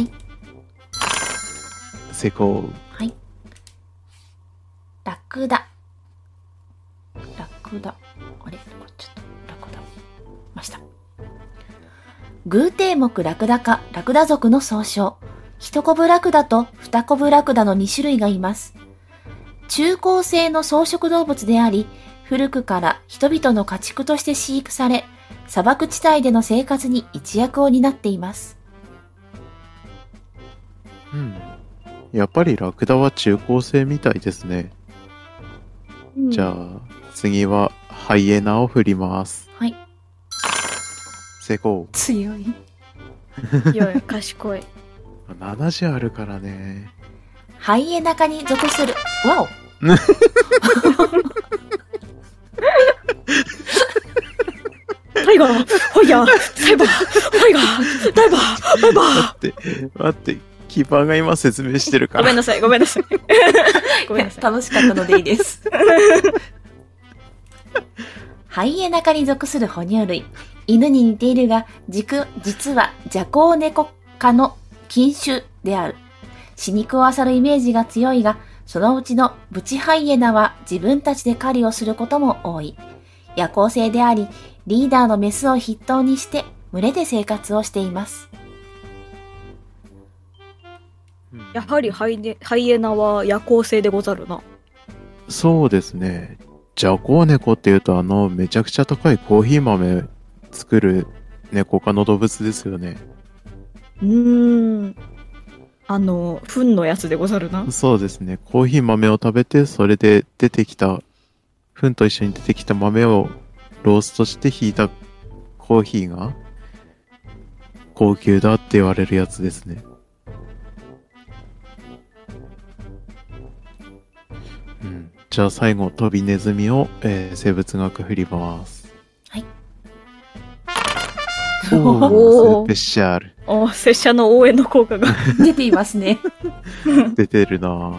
[SPEAKER 2] 成功。
[SPEAKER 1] はい。ラクダ。ラクダ。あれこっちょっと、ラクダ。ました。偶蹄目ラクダ科ラクダ属の総称。一コブラクダと二コブラクダのに種類がいます。中高生の草食動物であり、古くから人々の家畜として飼育され、砂漠地帯での生活に一役を担っています。
[SPEAKER 2] うん。やっぱりラクダは中高生みたいですね。うん、じゃあ、次はハイエナを振ります。
[SPEAKER 1] はい。
[SPEAKER 2] 成功。
[SPEAKER 1] 強い。
[SPEAKER 4] いやいや、賢い。
[SPEAKER 2] ななじあるからね。
[SPEAKER 1] ハイエナ科に属する。わお
[SPEAKER 4] タイガー、ファイヤー、サイバー、ファイガー、ダイバー、ダイバー。
[SPEAKER 2] 待って、待って、キーパーが今説明してるから。
[SPEAKER 4] ごめんなさい、ごめんなさい。ごめんなさい。
[SPEAKER 1] 楽しかったのでいいです。ハイエナ科に属する哺乳類。犬に似ているが、実はジャコウネコ科の近種である。死肉を漁るイメージが強いが、そのうちのブチハイエナは自分たちで狩りをすることも多い。夜行性であり、リーダーのメスを筆頭にして群れで生活をしています。
[SPEAKER 4] やはりハイネハイエナは夜行性でござるな。
[SPEAKER 2] そうですね。ジャコウネコっていうとあのめちゃくちゃ高いコーヒー豆作る猫科の動物ですよね。
[SPEAKER 4] うーん。あの、糞のやつでござるな。
[SPEAKER 2] そうですね。コーヒー豆を食べて、それで出てきた、糞と一緒に出てきた豆をローストしてひいたコーヒーが高級だって言われるやつですね。うん。じゃあ最後、トビネズミを、えー生物学振ります。
[SPEAKER 1] はい。
[SPEAKER 2] おー、スペシャル。
[SPEAKER 4] お、拙者の応援の効果が。
[SPEAKER 1] 出ていますね。
[SPEAKER 2] 出てるなぁ。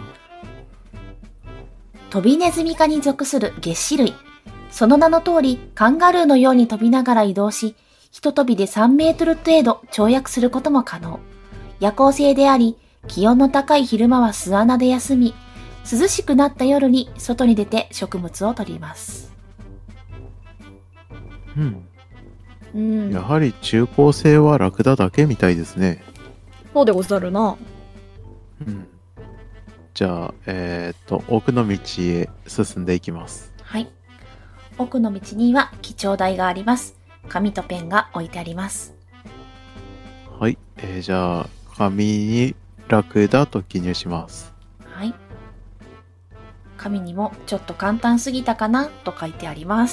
[SPEAKER 1] トビネズミ科に属する齧歯類。その名の通り、カンガルーのように飛びながら移動し、ひと飛びでさんメートル程度跳躍することも可能。夜行性であり、気温の高い昼間は巣穴で休み、涼しくなった夜に外に出て食物を取ります。
[SPEAKER 2] うん。
[SPEAKER 4] うん。
[SPEAKER 2] やはり中高生はラクダだけみたいですね。
[SPEAKER 4] そうでござるな。
[SPEAKER 2] うん。じゃあ、えっと、奥の道へ進んでいきます。
[SPEAKER 1] はい。奥の道には記帳台があります。紙とペンが置いてあります。
[SPEAKER 2] はい。えー、じゃあ、紙にラクダと記入します。
[SPEAKER 1] はい。紙にもちょっと簡単すぎたかなと書いてあります。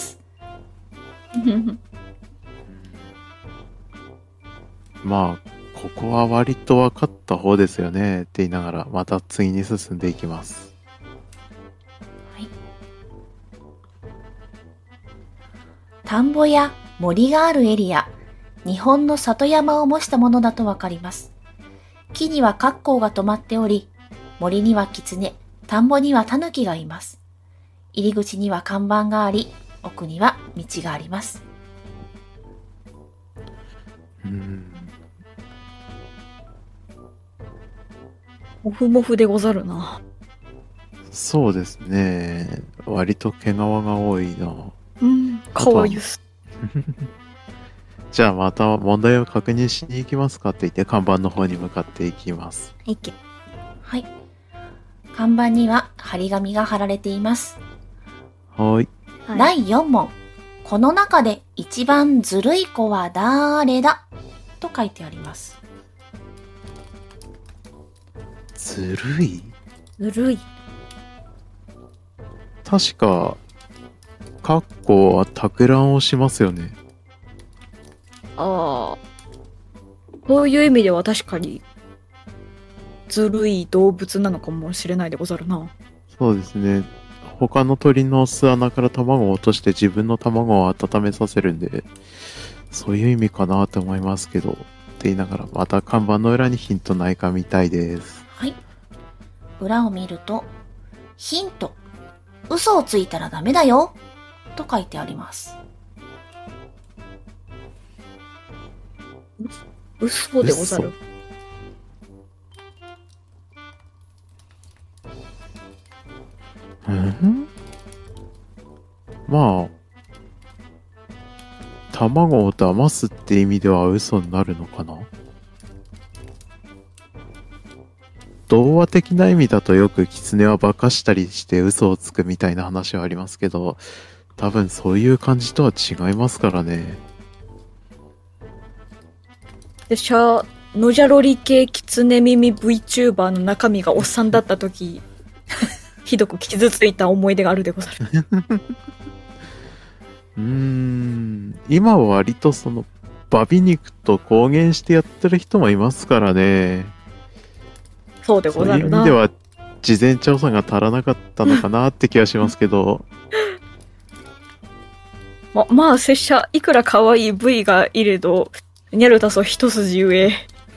[SPEAKER 2] まあ、ここは割と分かった方ですよねって言いながら、また次に進んでいきます。
[SPEAKER 1] はい。田んぼや森があるエリア、日本の里山を模したものだとわかります。木にはカッコウが止まっており、森にはキツネ、田んぼにはタヌキがいます。入り口には看板があり、奥には道があります。
[SPEAKER 2] うーん。
[SPEAKER 4] モフモフでござるな。
[SPEAKER 2] そうですね。割と毛皮が多いな。
[SPEAKER 4] うん。かわゆす。
[SPEAKER 2] じゃあまた問題を確認しに行きますかって言って看板の方に向かっていきます。
[SPEAKER 4] いけ。
[SPEAKER 1] はい。看板には張り紙が貼られています。
[SPEAKER 2] はーい。
[SPEAKER 4] はい、
[SPEAKER 1] だいよん問。この中で一番ずるい子は誰だと書いてあります。
[SPEAKER 2] ずるい？
[SPEAKER 4] ずるい。
[SPEAKER 2] 確か、カッコは托卵をしますよね。
[SPEAKER 4] ああ。そういう意味では確かに、ずるい動物なのかもしれないでござるな。
[SPEAKER 2] そうですね。他の鳥の巣穴から卵を落として自分の卵を温めさせるんで、そういう意味かなと思いますけど、って言いながら、また看板の裏にヒントないかみたいです。
[SPEAKER 1] はい。裏を見ると、ヒント。嘘をついたらダメだよ。と書いてあります。
[SPEAKER 4] 嘘でござる。
[SPEAKER 2] うんまあ、卵を騙すって意味では嘘になるのかな。童話的な意味だとよく狐は化かしたりして嘘をつくみたいな話はありますけど、多分そういう感じとは違いますからね。
[SPEAKER 4] で、シャノジャロリ系キツネ耳 VTuber の中身がおっさんだった時、ひどく傷ついた思い出があるでござる。
[SPEAKER 2] うーん、今は割とそのバビ肉と公言してやってる人もいますからね。
[SPEAKER 4] そうで
[SPEAKER 2] そういう意
[SPEAKER 4] ござるな。
[SPEAKER 2] 味では事前調査が足らなかったのかなって気がしますけど。
[SPEAKER 4] ま、まあ、拙者、いくら可愛い V がいれど、ニャルタソ一筋ゆえ。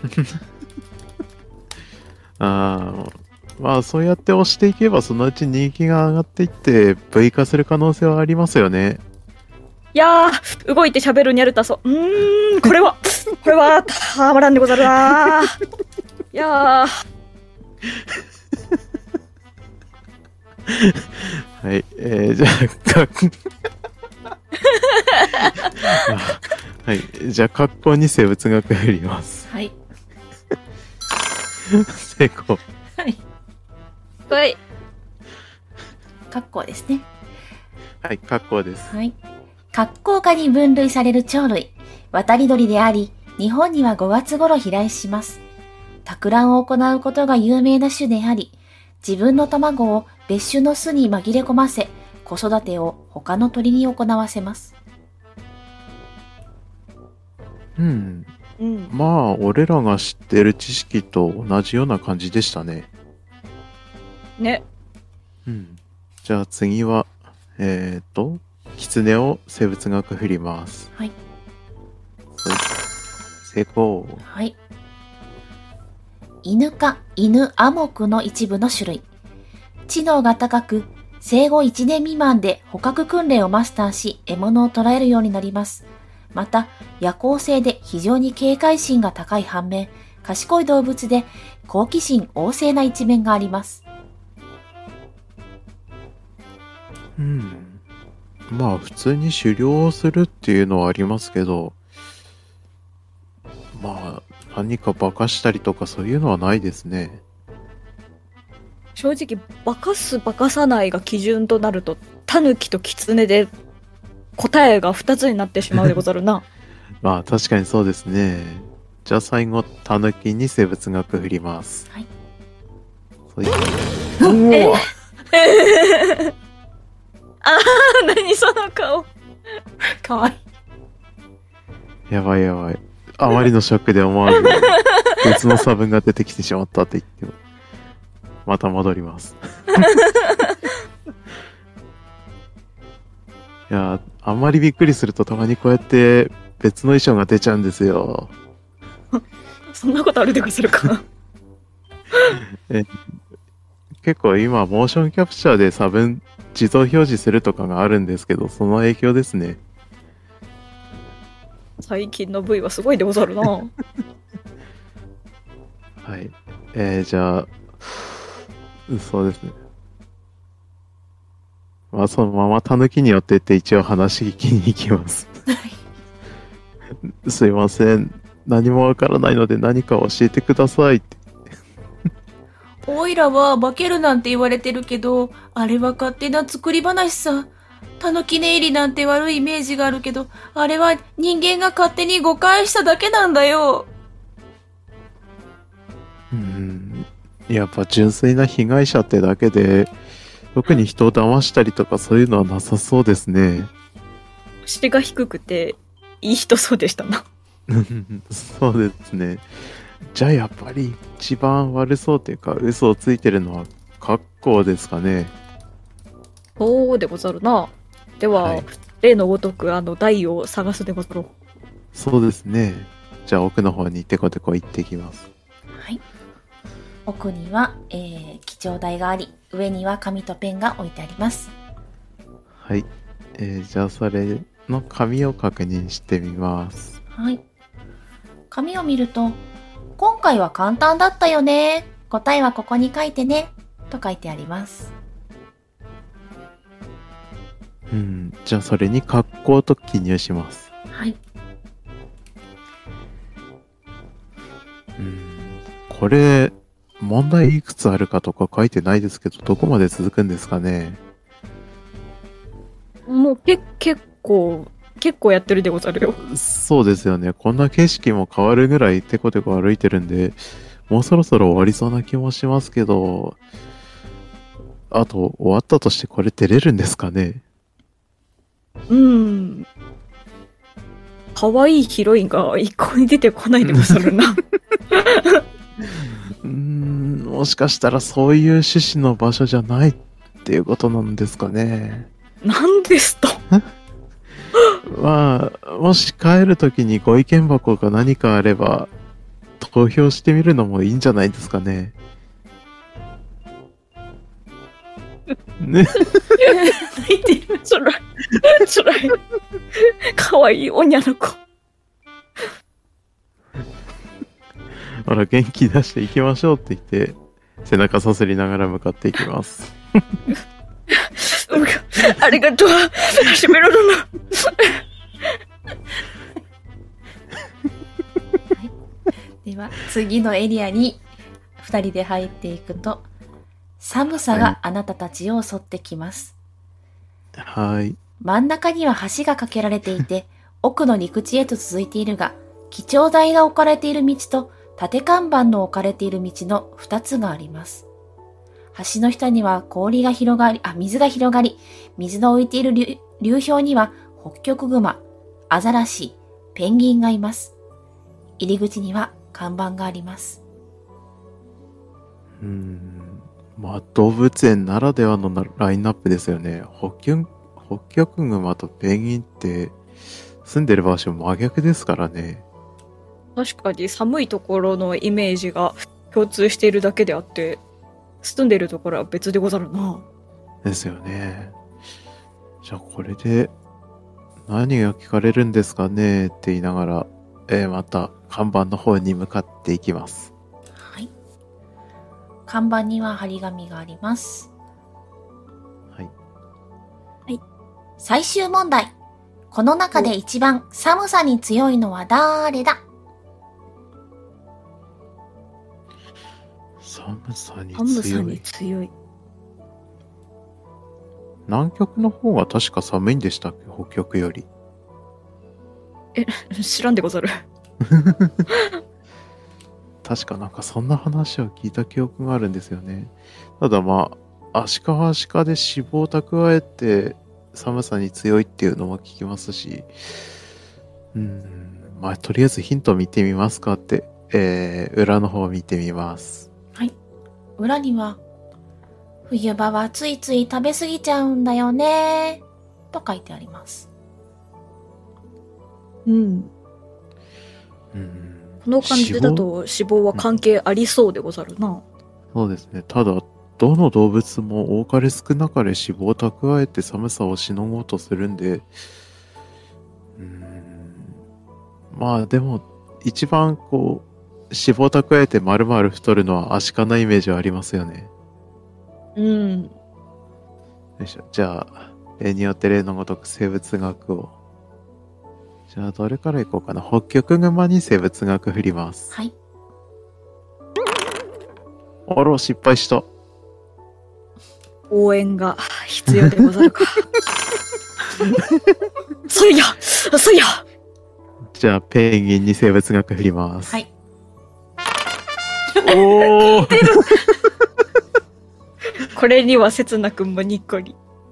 [SPEAKER 2] あーまあそうやって押していけばそのうち人気が上がっていって V 化する可能性はありますよね。
[SPEAKER 4] いやー、動いて喋るニャルタソ。うーん、これは、これは、たまらんでござるなー。いやー。
[SPEAKER 2] はい、えー、じゃあ、かはい、じゃあ、格好に生物学振ります。
[SPEAKER 1] はい。
[SPEAKER 2] 成功。
[SPEAKER 1] はい。
[SPEAKER 4] はい。
[SPEAKER 1] 格好ですね。
[SPEAKER 2] はい、格好です。
[SPEAKER 1] はい。格好科に分類される鳥類。渡り鳥であり、日本にはごがつ頃飛来します。托卵を行うことが有名な種であり、自分の卵を別種の巣に紛れ込ませ、子育てを他の鳥に行わせます。
[SPEAKER 2] うん。
[SPEAKER 4] うん。
[SPEAKER 2] まあ、俺らが知ってる知識と同じような感じでしたね。
[SPEAKER 4] ね。
[SPEAKER 2] うん。じゃあ次は、えーと、狐を生物学振ります。
[SPEAKER 1] はい。
[SPEAKER 2] はい。成功。
[SPEAKER 1] はい。イヌ科イヌアモクの一部の種類。知能が高く、生後いちねん未満で捕獲訓練をマスターし、獲物を捕らえるようになります。また、夜行性で非常に警戒心が高い反面、賢い動物で好奇心旺盛な一面があります。
[SPEAKER 2] うん。まあ、普通に狩猟をするっていうのはありますけど、まあ、何か化かしたりとかそういうのはないですね。
[SPEAKER 4] 正直、化かす化かさないが基準となると、タヌキとキツネで答えがふたつになってしまうでござるな。
[SPEAKER 2] まあ、確かにそうですね。じゃあ最後、タヌキに生物学振ります。
[SPEAKER 1] はい。
[SPEAKER 2] そういう。
[SPEAKER 4] えああ、何その顔。
[SPEAKER 1] かわいい。
[SPEAKER 2] やばいやばい。あまりのショックで思わず別の差分が出てきてしまったって言ってもまた戻りますいやあんまりびっくりするとたまにこうやって別の衣装が出ちゃうんですよ
[SPEAKER 4] そんなことあるでござるか
[SPEAKER 2] え結構今モーションキャプチャーで差分自動表示するとかがあるんですけどその影響ですね。
[SPEAKER 4] 最近の V はすごいでござるなはい 。
[SPEAKER 2] えー、じゃあ、そうですね。まあ、そのままタヌキによってって一応話聞きに行きます。すいません。何もわからないので何か教えてくださいって。
[SPEAKER 1] おいらは化けるなんて言われてるけど、あれは勝手な作り話さ。タヌキ寝入りなんて悪いイメージがあるけど、あれは人間が勝手に誤解しただけなんだよ。
[SPEAKER 2] うーん。やっぱ純粋な被害者ってだけで、特に人を騙したりとかそういうのはなさそうですね。
[SPEAKER 4] 腰が低くて、いい人そうでしたな。
[SPEAKER 2] そうですね。じゃあやっぱり一番悪そうというか、嘘をついてるのは格好ですかね。
[SPEAKER 4] そうでござるな。では、はい、例のごとくあの台を探すでござろう。
[SPEAKER 2] そうですね。じゃあ奥の方にテコテコ行ってきます。
[SPEAKER 1] はい。奥には、えー、記帳台があり、上には紙とペンが置いてあります。
[SPEAKER 2] はい。えー、じゃあそれの紙を確認してみます。
[SPEAKER 1] はい。紙を見ると、今回は簡単だったよね。答えはここに書いてね。と書いてあります。
[SPEAKER 2] うん、じゃあそれに格好と記入します。
[SPEAKER 1] はい。
[SPEAKER 2] うん、これ問題いくつあるかとか書いてないですけど、どこまで続くんですかね。
[SPEAKER 4] もうけ結構結構やってるでござるよ。
[SPEAKER 2] そうですよね。こんな景色も変わるぐらいテコテコ歩いてるんで、もうそろそろ終わりそうな気もしますけど、あと終わったとしてこれ出れるんですかね。
[SPEAKER 4] うーん。可愛いヒロインが一向に出てこないでござるな。
[SPEAKER 2] うーん、もしかしたらそういう趣旨の場所じゃないっていうことなんですかね。
[SPEAKER 4] なんですと。
[SPEAKER 2] まあ、もし帰るときにご意見箱が何かあれば、投票してみるのもいいんじゃないですかね。ね。
[SPEAKER 4] 泣いてる。つらい。つらい。かわいいおにゃの子。
[SPEAKER 2] ほら、元気出していきましょうって言って、背中さすりながら向かっていきます。
[SPEAKER 4] ありがとう。しめろるな。
[SPEAKER 1] では、次のエリアに二人で入っていくと、寒さがあなたたちを襲ってきます。
[SPEAKER 2] はい。
[SPEAKER 1] 真ん中には橋が架けられていて、奥の陸地へと続いているが、記帳台が置かれている道と縦看板の置かれている道の二つがあります。橋の下には氷が広がり、あ、水が広がり、水の浮いている流、流氷にはホッキョクグマ、アザラシ、ペンギンがいます。入り口には看板があります。
[SPEAKER 2] うーん。まあ、動物園ならではのなラインナップですよね。ホッキョン、ホッキョクグマとペンギンって住んでる場所真逆ですからね。
[SPEAKER 4] 確かに寒いところのイメージが共通しているだけであって、住んでるところは別でござるな。
[SPEAKER 2] ですよね。じゃあこれで何が聞かれるんですかねって言いながら、えー、また看板の方に向かっていきます。
[SPEAKER 1] はい。看板には張り紙があります。
[SPEAKER 2] はい。
[SPEAKER 4] はい。
[SPEAKER 1] 最終問題。この中で一番寒さに強いのは誰だ？
[SPEAKER 2] 寒さに強い。
[SPEAKER 4] 寒さに強い。
[SPEAKER 2] 南極の方が確か寒いんでしたっけ？北極より。
[SPEAKER 4] え、知らんでござる。
[SPEAKER 2] 確かなんかそんな話を聞いた記憶があるんですよね。ただまあ、アシカはアシカで脂肪を蓄えて寒さに強いっていうのも聞きますし、うーん、まあとりあえずヒント見てみますかって、えー、裏の方を見てみます。
[SPEAKER 1] はい。裏には、冬場はついつい食べ過ぎちゃうんだよねと書いてあります。
[SPEAKER 4] うん。
[SPEAKER 2] うーん。
[SPEAKER 4] この感じだと脂肪は関係ありそうでござるな。
[SPEAKER 2] そうですね。ただ、どの動物も多かれ少なかれ脂肪を蓄えて寒さをしのごうとするんで、うーん、まあでも、一番こう、脂肪蓄えて丸々太るのはアシカなイメージはありますよね。
[SPEAKER 4] うん。
[SPEAKER 2] よいしょ。じゃあ、例によって例のごとく生物学を。じゃあ、どれからいこうかな。ホッキョクグマに生物学振ります。
[SPEAKER 1] はい。
[SPEAKER 2] あら、失敗した。
[SPEAKER 4] 応援が必要でござるか。そいやそいや
[SPEAKER 2] じゃあ、ペンギンに生物学振ります。
[SPEAKER 1] はい。
[SPEAKER 2] おー
[SPEAKER 4] これにはせつなくんもにっこり。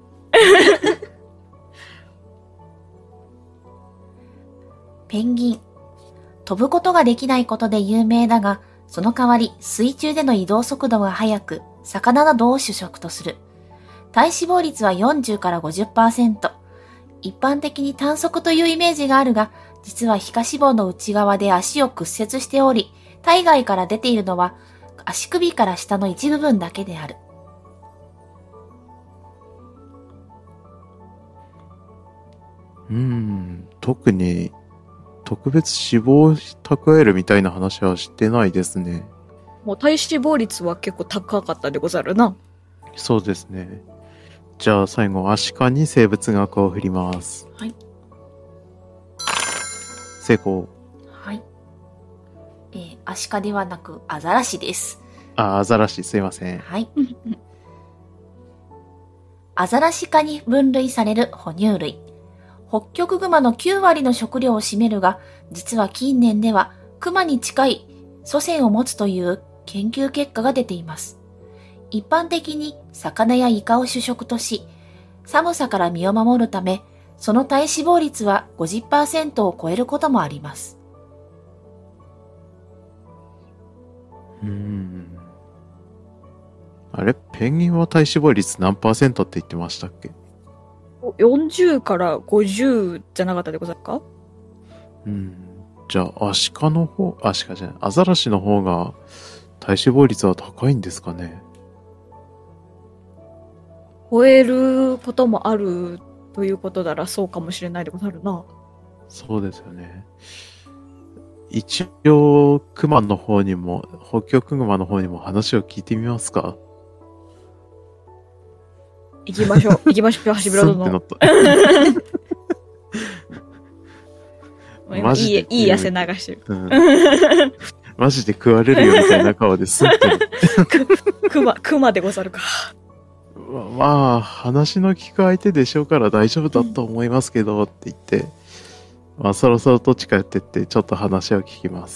[SPEAKER 1] ペンギン。飛ぶことができないことで有名だが、その代わり水中での移動速度が速く、魚などを主食とする。体脂肪率はよんじゅうから ごじゅっパーセント。一般的に短足というイメージがあるが、実は皮下脂肪の内側で足を屈折しており、体外から出ているのは足首から下の一部分だけである。
[SPEAKER 2] うーん、特に特別脂肪を蓄えるみたいな話はしてないですね。
[SPEAKER 4] もう体脂肪率は結構高かったでござるな。
[SPEAKER 2] そうですね。じゃあ最後、アシカに生物学を振ります。
[SPEAKER 1] はい。
[SPEAKER 2] 成功。
[SPEAKER 1] はい。えー、アシカではなくアザラシです。
[SPEAKER 2] あ、アザラシ、すいません。
[SPEAKER 1] はい。アザラシ科に分類される哺乳類。ホッキョクグマのきゅうわりの食料を占めるが、実は近年ではクマに近い祖先を持つという研究結果が出ています。一般的に魚やイカを主食とし、寒さから身を守るため、その体脂肪率は ごじゅっパーセント を超えることもあります。
[SPEAKER 2] うーん。あれ、ペンギンは体脂肪率何パーセントって言ってましたっけ？
[SPEAKER 4] よんじゅうからごじゅうじゃなかったでござるか？
[SPEAKER 2] うん。じゃあ、アシカの方、アシカじゃない、アザラシの方が体脂肪率は高いんですかね？
[SPEAKER 4] 超えることもあるということならそうかもしれないでござるな。
[SPEAKER 2] そうですよね。一応、クマの方にも、ホッキョクグマの方にも話を聞いてみますか？
[SPEAKER 4] 行きましょう。行きましょう、ハシビロ殿。
[SPEAKER 2] マジで
[SPEAKER 4] いい、いい汗流してる。
[SPEAKER 2] うん、 マジで食われるよみたいな顔ですってる。
[SPEAKER 4] クマ、クマでござるか。
[SPEAKER 2] ままあ、話の聞く相手でしょうから大丈夫だと思いますけど、って言って、まあ、そろそろと近寄ってって、ちょっと話を聞きます。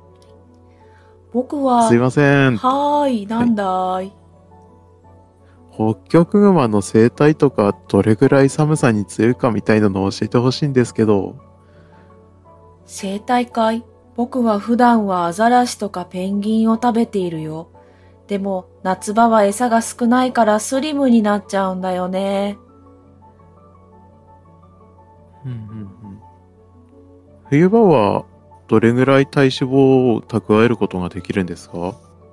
[SPEAKER 1] 僕は、
[SPEAKER 2] すいません。
[SPEAKER 1] はーい、なんだい。
[SPEAKER 2] ホッキョクグマの生態とか、どれぐらい寒さに強いかみたいなのを教えてほしいんですけど。
[SPEAKER 1] 生態かい？僕は普段はアザラシとかペンギンを食べているよ。でも、夏場は餌が少ないからスリムになっちゃうんだよね。
[SPEAKER 2] うんうんうん、冬場はどれぐらい体脂肪を蓄えることができるんですか？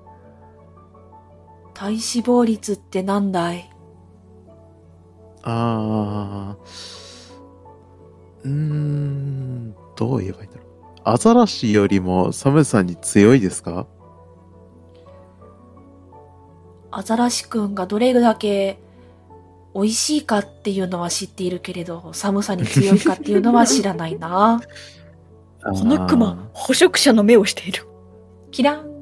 [SPEAKER 1] 体脂肪率ってなんだい？
[SPEAKER 2] あー、うーん、どう言えばいいんだろう。アザラシよりも寒さに強いですか？
[SPEAKER 1] アザラシくんがどれだけ美味しいかっていうのは知っているけれど、寒さに強いかっていうのは知らないな。
[SPEAKER 4] このクマ、捕食者の目をしている。
[SPEAKER 1] キラン。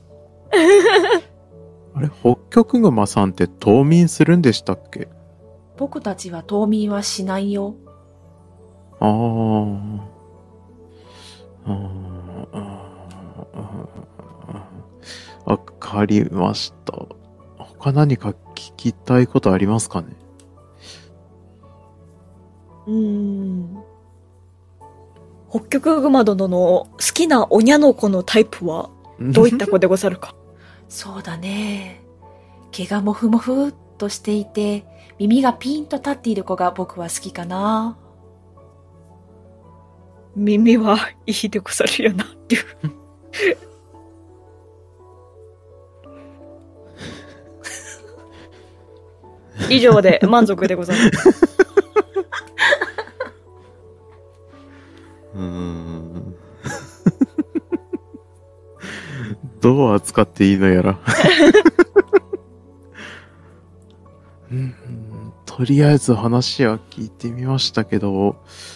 [SPEAKER 2] あれ、ホッキョクグマさんって冬眠するんでしたっけ？
[SPEAKER 1] 僕たちは冬眠はしないよ。
[SPEAKER 2] あー。あーあー。わかりました。他何か聞きたいことありますかね？
[SPEAKER 4] うーん。ホッキョクグマ殿の好きなおにゃの子のタイプはどういった子でござるか？
[SPEAKER 1] そうだね。毛がもふもふっとしていて、耳がピンと立っている子が僕は好きかな。
[SPEAKER 4] 耳はいいでござるよなっていう。以上で満足でござる。
[SPEAKER 2] うーん。どう扱っていいのやら。うん、とりあえず話は聞いてみましたけど、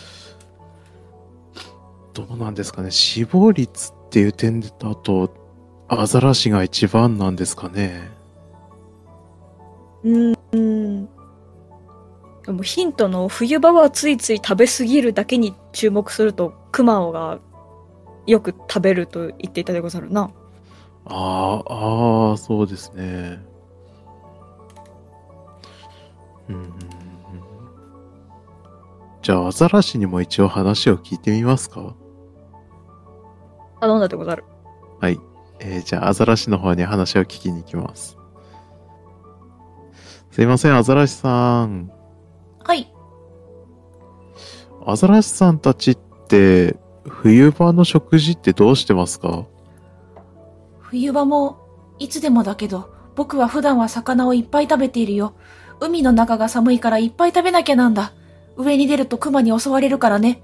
[SPEAKER 2] どうなんですかね。死亡率っていう点だと、アザラシが一番なんですかね。
[SPEAKER 4] うーん。でもヒントの冬場はついつい食べ過ぎるだけに注目すると、クマがよく食べると言っていたでござるな。
[SPEAKER 2] ああ、ああ、そうですね。うん。じゃあ、アザラシにも一応話を聞いてみますか？
[SPEAKER 4] 頼んだでござる。
[SPEAKER 2] はい。えー、じゃあ、アザラシの方に話を聞きに行きます。すいません、アザラシさん。
[SPEAKER 1] はい。
[SPEAKER 2] アザラシさんたちって、冬場の食事ってどうしてますか？
[SPEAKER 1] 冬場もいつでもだけど、僕は普段は魚をいっぱい食べているよ。海の中が寒いからいっぱい食べなきゃなんだ。上に出るとクマに襲われるからね。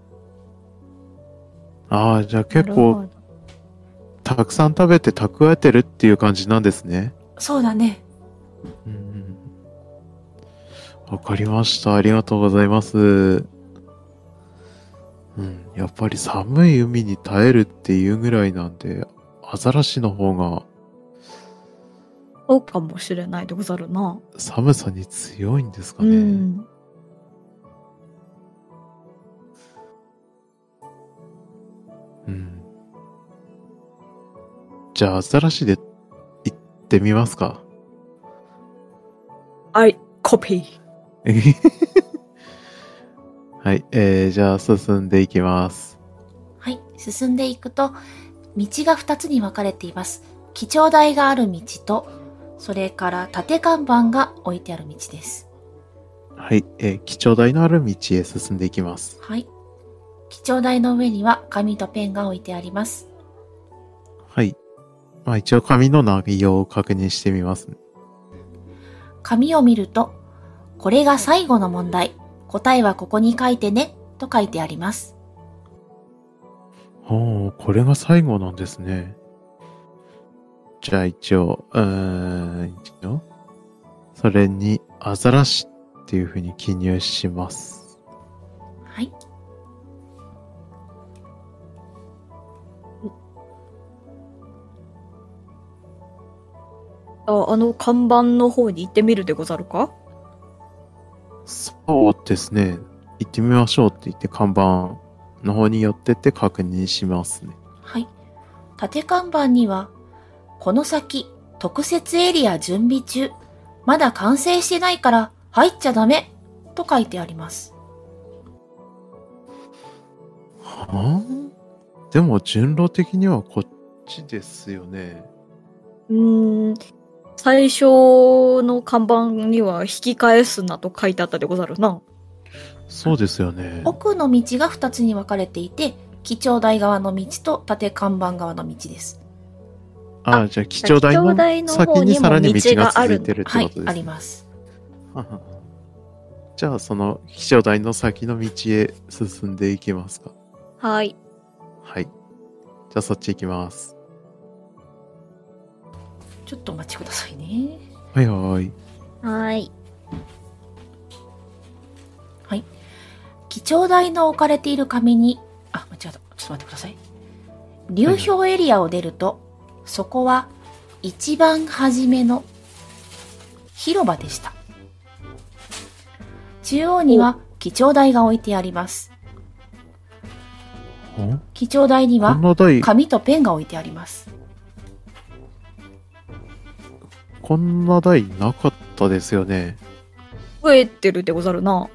[SPEAKER 2] ああ、じゃあ結構、たくさん食べて蓄えてるっていう感じなんですね。
[SPEAKER 1] そうだね。
[SPEAKER 2] うん。わかりました。ありがとうございます。うん。やっぱり寒い海に耐えるっていうぐらいなんで、アザラシの方が
[SPEAKER 4] そうかもしれないでござるな。
[SPEAKER 2] 寒さに強いんですか
[SPEAKER 4] う
[SPEAKER 2] ね。
[SPEAKER 4] ん。
[SPEAKER 2] うん。じゃあ、アザラシで行ってみますか。
[SPEAKER 4] はい、コピー。
[SPEAKER 2] はい、えー、じゃあ進んでいきます。
[SPEAKER 1] はい。進んでいくと、道が二つに分かれています。記帳台がある道と、それから縦看板が置いてある道です。
[SPEAKER 2] はい、えー、記帳台のある道へ進んでいきます。
[SPEAKER 1] はい。記帳台の上には紙とペンが置いてあります。
[SPEAKER 2] はい。まあ一応紙の内容を確認してみますね。
[SPEAKER 1] 紙を見ると、これが最後の問題。答えはここに書いてね、と書いてあります。
[SPEAKER 2] おー、これが最後なんですね。じゃあ一応、うーん、一応、それにアザラシっていう風に記入します。
[SPEAKER 1] はい。
[SPEAKER 4] あ、あの看板の方に行ってみるでござるか？
[SPEAKER 2] そうですね。行ってみましょうって言って看板の方に寄ってって確認しますね。
[SPEAKER 1] はい。縦看板には、この先、特設エリア準備中。まだ完成してないから入っちゃダメ。と書いてあります。
[SPEAKER 2] はぁ？でも順路的にはこっちですよね。
[SPEAKER 4] うーん。最初の看板には引き返すなと書いてあったでござるな。
[SPEAKER 2] そうですよね。
[SPEAKER 1] 奥の道がふたつに分かれていて、記帳台側の道と縦看板側の道です。
[SPEAKER 2] ああ、じゃあ記帳台の先にさらに道が続いてるってことですね。
[SPEAKER 1] はい、あります。
[SPEAKER 2] じゃあその記帳台の先の道へ進んでいきますか。
[SPEAKER 4] はい。
[SPEAKER 2] はい。じゃあそっち行きます。
[SPEAKER 1] ちょっとお待ちくださいね。
[SPEAKER 2] はいはい。
[SPEAKER 3] はい。
[SPEAKER 1] はい。記帳台の置かれている紙に、あ、間違えた。ちょっと待ってください。流氷エリアを出ると、はい、そこは一番初めの広場でした。中央には記帳台が置いてあります。記帳台には紙とペンが置いてあります。
[SPEAKER 2] こんな台なかったですよね。
[SPEAKER 4] 増えてるでござるな。
[SPEAKER 2] はい。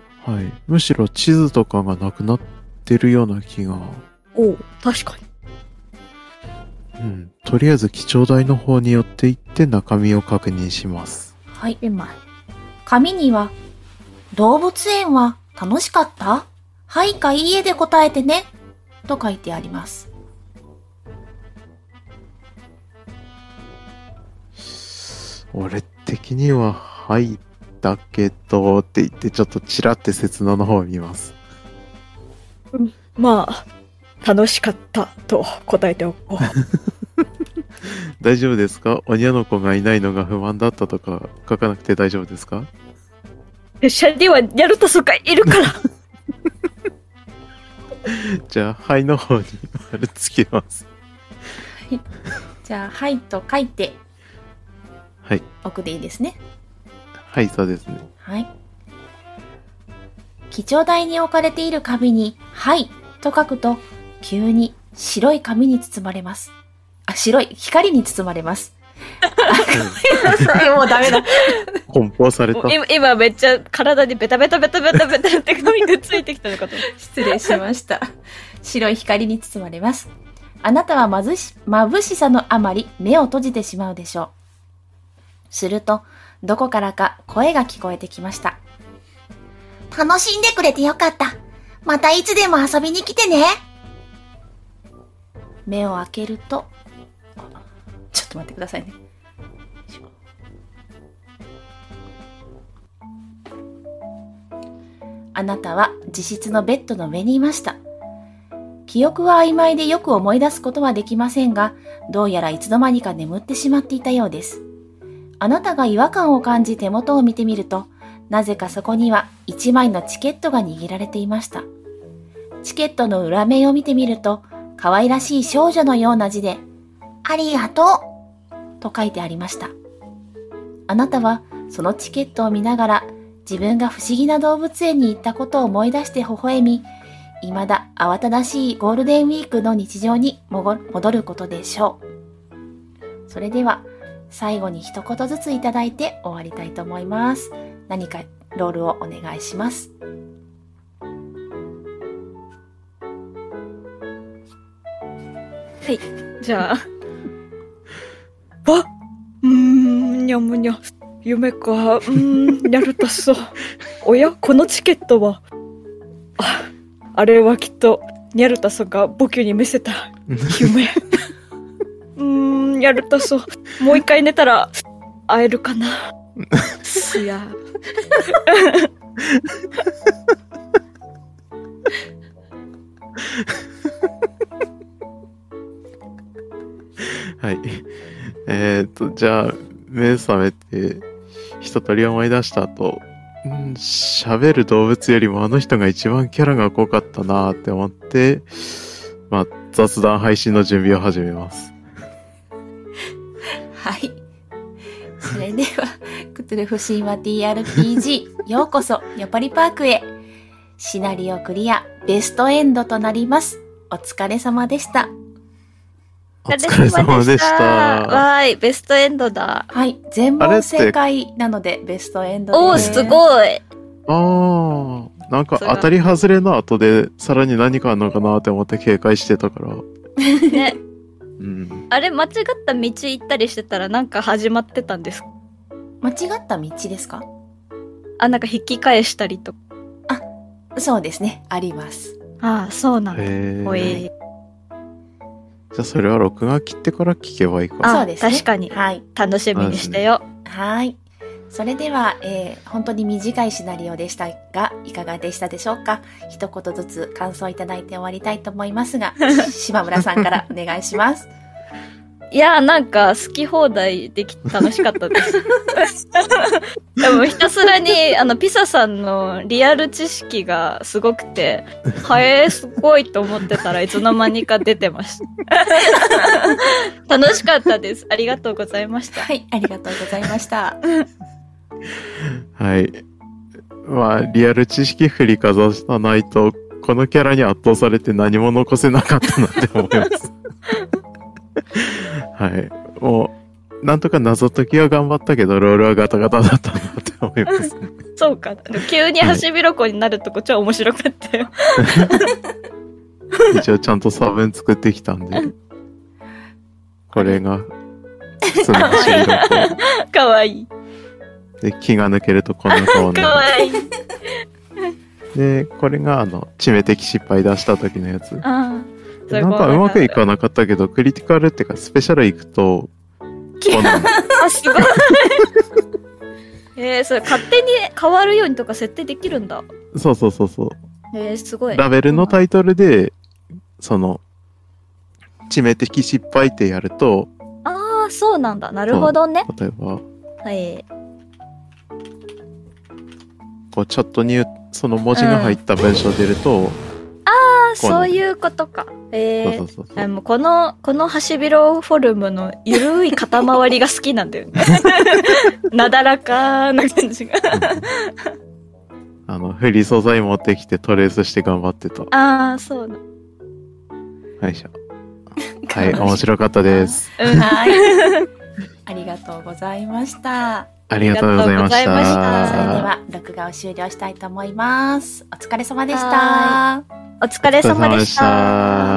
[SPEAKER 2] むしろ地図とかがなくなってるような気が。
[SPEAKER 4] おう、確か
[SPEAKER 2] う
[SPEAKER 4] に。
[SPEAKER 2] ん。とりあえず記帳台の方に寄っていって中身を確認します。
[SPEAKER 1] はい。紙には、動物園は楽しかった？はいかいいえで答えてね。と書いてあります。
[SPEAKER 2] 俺的には、はいだけどって言ってちょっとチラって刹那の方を見ます。
[SPEAKER 4] うん、まあ、楽しかったと答えておこう。
[SPEAKER 2] 大丈夫ですか？おにゃの子がいないのが不満だったとか書かなくて大丈夫ですか？
[SPEAKER 4] シャリはニャルタスがいるから。
[SPEAKER 2] じゃあ、はいの方に丸つけます。
[SPEAKER 1] はい。じゃあ、はいと書いて、
[SPEAKER 2] はい。
[SPEAKER 1] 奥でいいですね。
[SPEAKER 2] はい、そうですね。
[SPEAKER 1] はい。記帳台に置かれている紙に、はいと書くと、急に白い紙に包まれます。あ、白い光に包まれます。もうダメだ。
[SPEAKER 2] 梱包された。
[SPEAKER 4] 今、今めっちゃ体にベタベタベタベタベタって紙がついてきたのかと。
[SPEAKER 1] 失礼しました。白い光に包まれます。あなたはまずし、眩しさのあまり目を閉じてしまうでしょう。すると、どこからか声が聞こえてきました。楽しんでくれてよかった。またいつでも遊びに来てね。目を開けると、ちょっと待ってくださいね。あなたは自室のベッドの上にいました。記憶は曖昧でよく思い出すことはできませんが、どうやらいつの間にか眠ってしまっていたようです。あなたが違和感を感じ手元を見てみると、なぜかそこには一枚のチケットが握られていました。チケットの裏面を見てみると、可愛らしい少女のような字で、ありがとうと書いてありました。あなたはそのチケットを見ながら、自分が不思議な動物園に行ったことを思い出して微笑み、未だ慌ただしいゴールデンウィークの日常に戻ることでしょう。それでは、最後に一言ずついただいて終わりたいと思います。何かロールをお願いします。
[SPEAKER 4] はい。じゃあ。わっうーん、にゃむにゃ。夢か。うーん、ニャルタス。おやこのチケットは。あ、あれはきっと、ニャルタスが僕に見せた夢。うーん、ニャルタス。もう一回寝たら、会えるかな。すや。
[SPEAKER 2] はい。えーっと、じゃあ、目覚めて、一通り思い出した後、ん喋る動物よりもあの人が一番キャラが濃かったなーって思って、まあ、雑談配信の準備を始めます。
[SPEAKER 1] はい。 それでは、クトゥルフ神話 ティーアールピージー、ようこそ、ニャパリパークへ。シナリオクリア、ベストエンドとなります。お疲れ様でした。
[SPEAKER 2] お疲れ様でした。
[SPEAKER 3] わーい、ベストエンドだ。
[SPEAKER 1] はい、全問正解なので、ベストエンドです。
[SPEAKER 3] おー、すごい。
[SPEAKER 2] あー、なんか当たり外れの後で、さらに何かあるのかなって思って警戒してたから。
[SPEAKER 3] ね。
[SPEAKER 2] うん、
[SPEAKER 3] あれ、間違った道行ったりしてたらなんか始まってたんですか？
[SPEAKER 1] 間違った道ですか？
[SPEAKER 3] あ、なんか引き返したりとか。
[SPEAKER 1] あ、そうですね。あります。
[SPEAKER 3] ああ、そうなんだ。
[SPEAKER 2] へー。
[SPEAKER 3] ほえー。
[SPEAKER 2] じゃあそれは録画切ってから聞けばいいか。
[SPEAKER 3] あ、
[SPEAKER 1] そうですね。
[SPEAKER 3] 確かに。
[SPEAKER 1] はい。
[SPEAKER 3] 楽しみにしてよ。
[SPEAKER 1] はい。それでは、えー、本当に短いシナリオでしたが、いかがでしたでしょうか？一言ずつ感想いただいて終わりたいと思いますが、島村さんからお願いします。
[SPEAKER 3] いやー、なんか好き放題でき楽しかったです。でもひたすらにあのピサさんのリアル知識がすごくて、はえーすごいと思ってたらいつの間にか出てました。楽しかったです。ありがとうございました。
[SPEAKER 1] はい、ありがとうございました。
[SPEAKER 2] はい。まあ、リアル知識振りかざさないと、このキャラに圧倒されて何も残せなかったなって思います。はい。もう、なんとか謎解きは頑張ったけど、ロールはガタガタだったなって思いますね。
[SPEAKER 3] そうか。急にハシビロコウになるとこ超面白かったよ。
[SPEAKER 2] 一応ちゃんと差分作ってきたんで。これが、普通のハシビロコウ。
[SPEAKER 3] かわいい。
[SPEAKER 2] で、気が抜けるとこんな顔になる。
[SPEAKER 3] かわいい。
[SPEAKER 2] で、これがあの、致命的失敗出した時のやつ。
[SPEAKER 3] ああ。
[SPEAKER 2] なんかうまくいかなかったけど、クリティカルっていうかスペシャル行くと、こうなる。
[SPEAKER 3] あ、すごい。えー、それ勝手に変わるようにとか設定できるんだ。
[SPEAKER 2] そうそうそうそう。
[SPEAKER 3] えー、すごい。
[SPEAKER 2] ラベルのタイトルで、その、致命的失敗ってやると、
[SPEAKER 3] ああ、そうなんだ。なるほどね。
[SPEAKER 2] 例えば、
[SPEAKER 3] はい。
[SPEAKER 2] こうチャットにその文字が入った文章出ると、
[SPEAKER 3] ああ、そういうことか。えー、
[SPEAKER 2] そうそうそうそう
[SPEAKER 3] あもうこの、このハシビロフォルムのゆるい肩回りが好きなんだよね。なだらかな感じが。
[SPEAKER 2] あの、フリー素材持ってきてトレースして頑張ってた。
[SPEAKER 3] ああ、そうな。
[SPEAKER 2] よいしょ。はい、面白かったです。
[SPEAKER 3] うん、
[SPEAKER 1] はい。ありがとうございました。
[SPEAKER 2] ありがとうございまし
[SPEAKER 3] ありがとうございました
[SPEAKER 1] それで
[SPEAKER 2] た。
[SPEAKER 1] は、録画を終了したいと思います。お疲れ様でした。
[SPEAKER 3] お疲れ様でした。
[SPEAKER 2] お疲れ様でした。